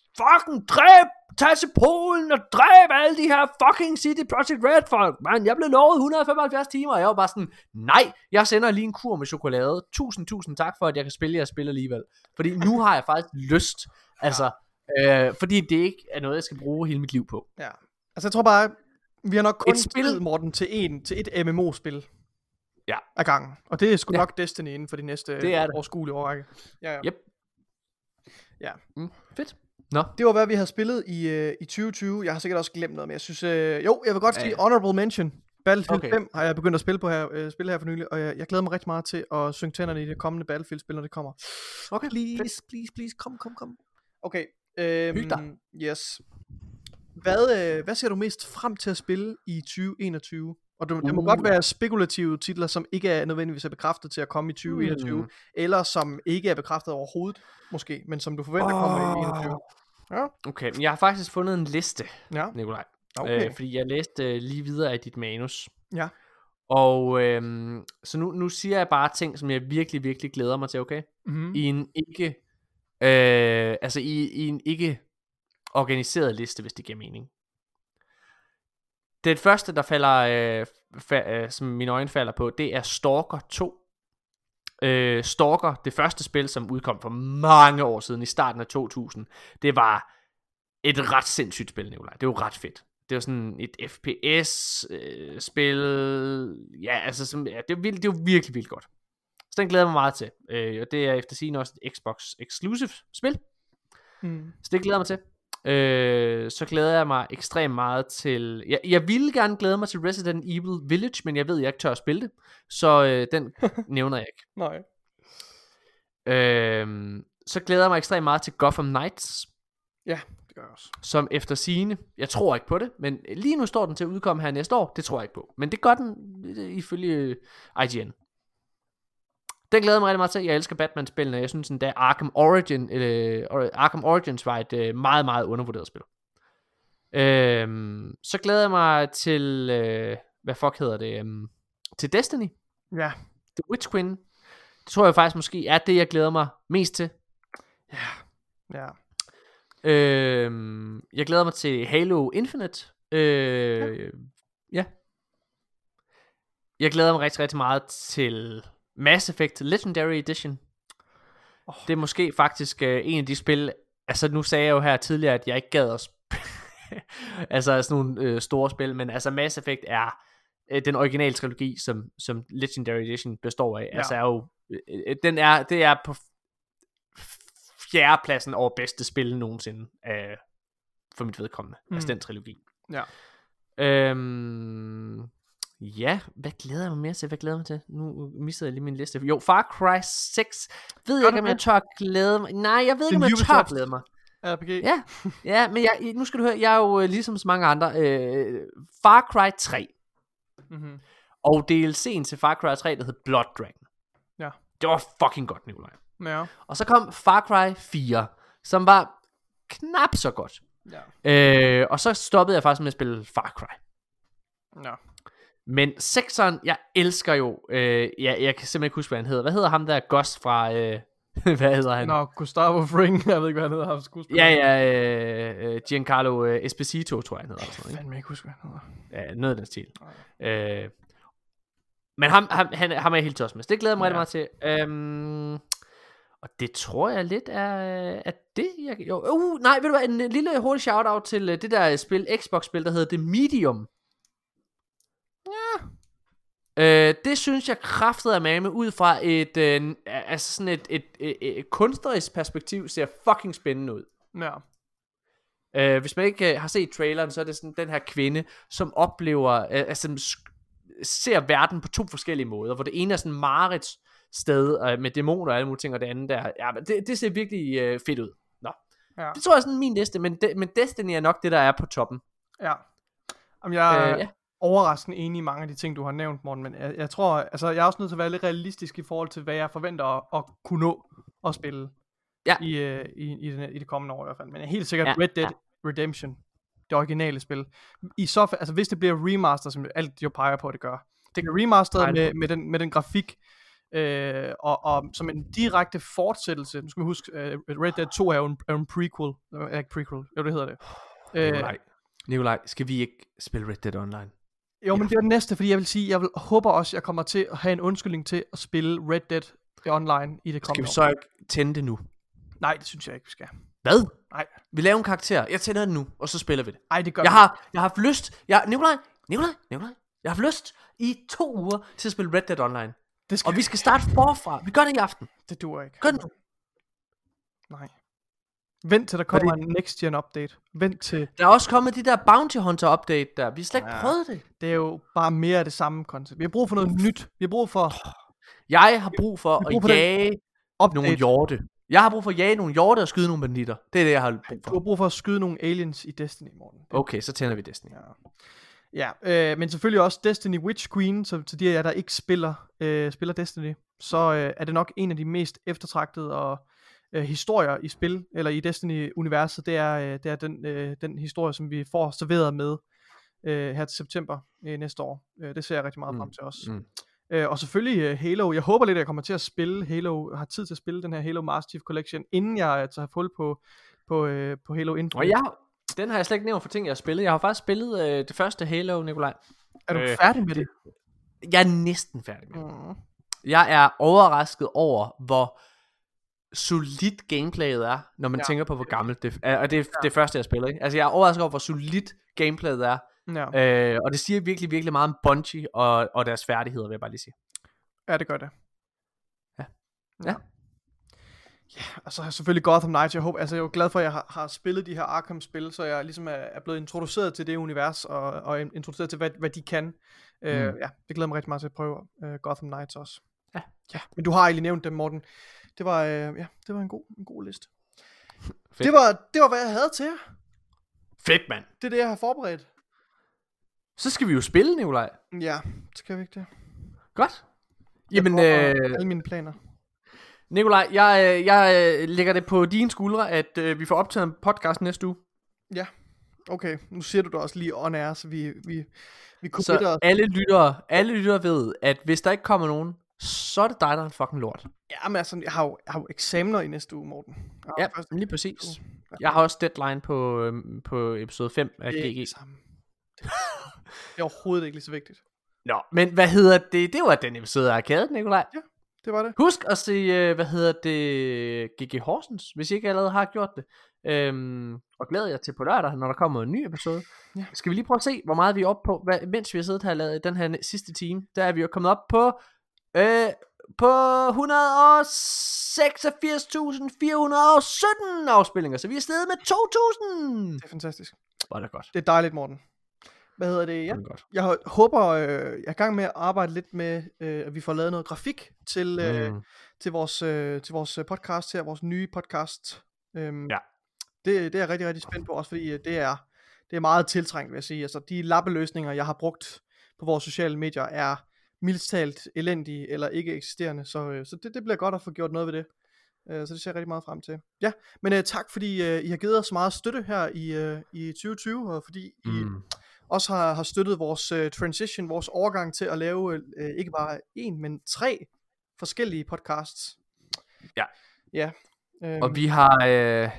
fucking dræb, tag til Polen og dræb alle de her fucking City Project Red folk, man, jeg blev lovet et hundrede og femoghalvfjerds timer, og jeg var bare sådan, nej, jeg sender lige en kur med chokolade, tusind, tusind tak for, at jeg kan spille jeres spil alligevel, fordi nu har jeg faktisk lyst, altså, øh, fordi det ikke er noget, jeg skal bruge hele mit liv på. Ja, altså jeg tror bare, vi har nok kun Et spil- tid, Morten, til, en, til et M M O-spil. Ja. Af gangen. Og det er sgu Ja. nok Destiny inden for de næste Det er det. overskuelige årrække. Ja, ja. Yep. Ja. Mm, fedt. Nå. Det var hvad vi havde spillet i, øh, i tyve tyve. Jeg har sikkert også glemt noget, men jeg synes... Øh, jo, jeg vil godt Ja, sige ja. honorable mention. Battlefield Okay. fem har jeg begyndt at spille på her, øh, spille her for nylig, og jeg, jeg glæder mig rigtig meget til at synge tænderne i det kommende Battlefield-spil, når det kommer. Okay, Please, please, please, kom, kom, kom. Okay. Øhm, Hyg dig. Yes. Hvad, øh, hvad ser du mest frem til at spille i tyve enogtyve? Og det, det må Uh. godt være spekulative titler, som ikke er nødvendigvis er bekræftet til at komme i tyve enogtyve, Mm. eller som ikke er bekræftet overhovedet, måske, men som du forventer oh. kommer i enogtyve. Ja. Okay, men jeg har faktisk fundet en liste, Ja. Nikolaj. Okay. Øh, fordi jeg læste øh, lige videre af dit manus. Ja. Og øhm, så nu, nu siger jeg bare ting, som jeg virkelig, virkelig glæder mig til, okay? Mm-hmm. I en ikke, øh, altså i, i en ikke organiseret liste, hvis det giver mening. Det første, der falder, øh, fa- øh, som mine øjne falder på, det er Stalker to. Øh, Stalker, det første spil, som udkom for mange år siden, i starten af to tusind, det var et ret sindssygt spil, Nikolaj. Det var ret fedt. Det var sådan et F P S-spil. Øh, ja, altså, som, ja, det, var vildt, det var virkelig, virkelig godt. Så den glæder jeg mig meget til. Øh, og det er efter sigende også et Xbox Exclusive spil. Mm. Så det glæder jeg mig til. Øh, så glæder jeg mig ekstremt meget til... Jeg, jeg ville gerne glæde mig til Resident Evil Village, men jeg ved, jeg ikke tør at spille det. Så øh, den nævner jeg ikke. Nej. Øh, så glæder jeg mig ekstremt meget til Gotham Knights, Ja, det gør jeg også. som efter sigende, jeg tror ikke på det, men lige nu står den til at udkomme her næste år, det tror jeg ikke på. Men det gør den øh, ifølge I G N. Den glæder jeg mig rigtig meget til. Jeg elsker Batman-spillene. Jeg synes, at Arkham Origin, øh, Arkham Origins var et øh, meget, meget undervurderet spil. Øhm, så glæder jeg mig til, øh, hvad fuck hedder det, øhm, til Destiny. Ja. The Witch Queen. Det tror jeg faktisk måske er det, jeg glæder mig mest til. Ja. Øhm, jeg glæder mig til Halo Infinite. Øh, ja. ja. Jeg glæder mig rigtig, rigtig meget til Mass Effect Legendary Edition. Oh. Det er måske faktisk øh, en af de spil. Altså nu sagde jeg jo her tidligere, at jeg ikke gad at spille altså sådan nogle øh, store spil, men altså Mass Effect er øh, den originale trilogi, som, som Legendary Edition består af. Ja. Altså er jo, øh, den er, det er på fjerdepladsen over bedste spil nogensinde øh, for mit vedkommende. Mm. Altså den trilogi. Ja. Øhm, ja, hvad glæder jeg mig mere til? Hvad glæder jeg mig til? Nu missede jeg lige min liste. Jo, Far Cry seks. Ved jeg ikke, om jeg tør glæde mig. Nej, jeg ved ikke, om jeg tør glæde mig. R P G. Ja, ja, men jeg, nu skal du høre, jeg er jo ligesom så mange andre. Øh, Far Cry tre. Mm-hmm. Og D L C'en til Far Cry tre, der hed Blood Dragon. Ja. Det var fucking godt, Nikolaj. Ja. Og så kom Far Cry fire, som var knap så godt. Ja. Øh, og så stoppede jeg faktisk med at spille Far Cry. Ja. Men sekseren, jeg elsker jo, øh, jeg, jeg kan simpelthen ikke huske, hvad han hedder. Hvad hedder ham der Gus fra, øh, hvad hedder han? Nå, Gustavo Fring, jeg ved ikke, hvad han hedder, ham skuespiller. Ja, ja, øh, Giancarlo øh, Esposito, tror jeg, han hedder. Jeg kan fandme ikke huske, hvad han hedder. Ja, noget af den stil. Øh, men ham, ham, han, ham er jeg helt tosset med. Så det glæder jeg mig Ja. rigtig meget til. Øhm, og det tror jeg lidt er, er det, jeg... Jo, uh, nej, ved du hvad, en lille hurtig shout-out til uh, det der spil, Xbox-spil, der hedder The Medium. Ja. Øh, det synes jeg kraftede af mame ud fra et, øh, altså sådan et, et, et, et, et kunstnerisk perspektiv, ser fucking spændende ud. Ja. Øh, hvis man ikke øh, har set traileren, så er det sådan den her kvinde, som oplever, øh, altså sk- ser verden på to forskellige måder, hvor det ene er sådan Marits sted øh, med dæmoner og alle mulige ting, og det andet der, ja, men det, det ser virkelig øh, fedt ud. Nå. Ja. Det tror jeg er sådan min liste, men, de, men Destiny er nok det, der er på toppen. Ja. Jamen, jeg er Øh, ja. overraskende enig i mange af de ting, du har nævnt, Morten, men jeg, jeg tror, altså, jeg er også nødt til at være lidt realistisk i forhold til, hvad jeg forventer at, at kunne nå at spille Ja. i, øh, i, i, den, i det kommende år i hvert fald. Men helt sikkert Ja, Red Dead ja. Redemption, det originale spil. I så fald, altså hvis det bliver remaster, som alt jo peger på, at det gør. Det bliver remasteret Nej, med, med, den, med den grafik, Øh, og, og som en direkte fortsættelse, nu skal man huske, uh, Red Dead to er jo en, er jo en prequel, uh, ikke prequel, jo det hedder det. Nikolaj, Nikolaj, skal vi ikke spille Red Dead Online? Jo, men det er det næste, fordi jeg vil sige, jeg vil, håber også, jeg kommer til at have en undskyldning til at spille Red Dead Online i det kommende år. Skal vi så ikke tænde det nu? Nej, det synes jeg ikke, vi skal. Hvad? Nej. Vi laver en karakter. Jeg tænder den nu, og så spiller vi det. Nej, det gør jeg vi. har, jeg har haft lyst. Jeg, Nikolaj, Nikolaj, Nikolaj. Jeg har haft lyst i to uger til at spille Red Dead Online. Det skal og vi skal starte forfra. Vi gør det i aften. Det duer ikke. Gør det nu. Nej. Vent til der kommer en next gen update. Vent til... Der er også kommet de der Bounty Hunter update der. Vi har slet ikke Ja. prøvet det. Det er jo bare mere af det samme concept. Vi har brug for noget nyt. Vi har brug for... Jeg har brug for brug at for den jage nogle hjorte. Jeg har brug for at jage nogle hjorte og skyde nogle banditter. Det er det, jeg har brug Du har for. brug for at skyde nogle aliens i Destiny, Morten. Det- Okay, så tænder vi Destiny. Ja, ja øh, men selvfølgelig også Destiny Witch Queen, så til de af jer, der ikke spiller, øh, spiller Destiny, så øh, er det nok en af de mest eftertragtede og øh, historier i spil, eller i Destiny-universet. Det er, øh, det er den, øh, den historie, som vi får serveret med øh, her til september øh, næste år. Øh, det ser jeg rigtig meget Mm, frem til også. mm. Øh, og selvfølgelig øh, Halo. Jeg håber lidt, at jeg kommer til at spille Halo, har tid til at spille den her Halo Master Chief Collection, inden jeg tager hul på, på, øh, på Halo Infinite. Og jeg, den har jeg slet ikke nævnt for ting, jeg har spillet. Jeg har faktisk spillet øh, det første Halo, Nikolaj. Er du øh, færdig med det? Jeg er næsten færdig med det. Mm. Jeg er overrasket over, hvor solidt gameplayet er, når man Ja. ja. tænker på, hvor gammelt det er. Og det er ja. det første, jeg spiller, ikke? Altså, jeg er overrasket over, hvor solidt gameplayet er. Ja. Øh, og det siger virkelig, virkelig meget om Bungie og, og deres færdigheder, vil jeg bare lige sige. Ja, det gør det. Ja. Ja. Ja, og så har jeg selvfølgelig Gotham Knights. Jeg håber, altså jeg er jo glad for, at jeg har, har spillet de her Arkham-spil, så jeg ligesom er, er blevet introduceret til det univers, og, og introduceret til, hvad, hvad de kan. Mm. Uh, ja, det glæder mig rigtig meget til at prøve uh, Gotham Knights også. Ja. Ja, men du har egentlig nævnt dem, Morten. Det var, uh, ja, det var en god, en god liste. Fedt. Det var, det var, hvad jeg havde til jer. Fedt, mand. Det er det, jeg har forberedt. Så skal vi jo spille, Nikolaj. Ja, skal vi ikke det? Godt. Jamen, jeg øh, alle mine planer. Nikolaj, jeg, øh, jeg øh, lægger det på dine skuldre, at øh, vi får optaget en podcast næste uge. Ja, okay. Nu siger du det også lige on air, så vi, vi, vi kunne Så alle lyttere, alle lyttere ved, at hvis der ikke kommer nogen, så er det dig, der er en fucking lort. Ja, men altså, jeg har jo, jeg har jo eksamener i næste uge, Morten. Jeg har Ja, først- lige præcis. Jeg har også deadline på, øhm, på episode fem af Det er G ikke G. det samme. Det er overhovedet ikke lige så vigtigt. Nå, men hvad hedder det? Det var den episode af Arcade, Nikolaj. Det var det. Husk at se, øh, hvad hedder det, G G Horsens, hvis I ikke allerede har gjort det. Øhm, og glæder jer til på lørdag, når der kommer en ny episode. Ja. Skal vi lige prøve at se, hvor meget vi er oppe på, hvad, mens vi har siddet her og lavet den her sidste time. Der er vi jo kommet op på, øh, på et hundrede og seksogfirs tusind fire hundrede og sytten afspillinger, så vi er steget med to tusind. Det er fantastisk. Hvor er det godt. Det er dejligt, Morten. Hvad hedder det? Ja. Det er godt. Jeg hå- håber, øh, jeg er i gang med at arbejde lidt med, øh, at vi får lavet noget grafik til, øh, Mm. til, vores, øh, til vores podcast her, vores nye podcast. Øhm, Ja. det, det er jeg rigtig, rigtig spændt på, også fordi øh, det er, det er meget tiltrængt, vil jeg sige. Altså, de lappeløsninger, jeg har brugt på vores sociale medier, er mildest talt elendige eller ikke eksisterende, så, øh, så det, det bliver godt at få gjort noget ved det. Øh, så det ser jeg rigtig meget frem til. Ja, men øh, tak fordi øh, I har givet os meget støtte her i, øh, i tyve tyve, og fordi I Mm. også har, har støttet vores uh, transition, vores overgang til at lave uh, ikke bare en, men tre forskellige podcasts. Ja. Ja. Øhm, Og vi har, øh,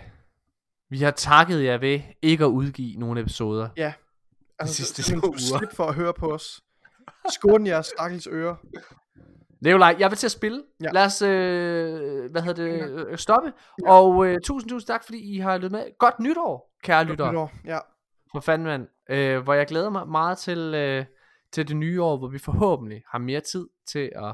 vi har takket jer ved ikke at udgive nogle episoder. ja. Altså, sidste så, så, to så uger. slip for at høre på os. Skåne jeres stakkels ører. Nikolaj, jeg vil til at spille. Ja. Ja. Lad os, øh, hvad hedder det, øh, stoppe. Ja. Og øh, tusind, tusind tak, fordi I har lyttet med. Godt nytår, kære lyttere. Nytår. Ja. For fanden, mand. Øh, hvor jeg glæder mig meget til, øh, til det nye år, hvor vi forhåbentlig har mere tid til at,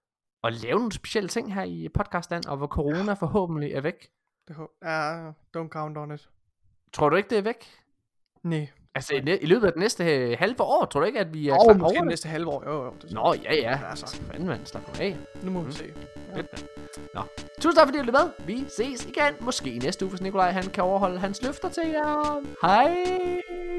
at lave nogle specielle ting her i podcastland, og hvor corona forhåbentlig er væk. Det hå- ja, don't count on it. Tror du ikke, det er væk? Nej. Altså, i, næ- i løbet af det næste øh, halve år, tror du ikke, at vi er Og klar måske over det det? næste halve år. Jo, jo. Det Nå, ja, ja. Ja, altså. Altså, fanden, mand. Slap nu af. Nu må vi Mm. se. Fedt, mand. Nå. Tusind tak, fordi I lyttede med. Vi ses igen. Måske næste uge, hvis Nikolaj han kan overholde hans løfter til jer. Hej.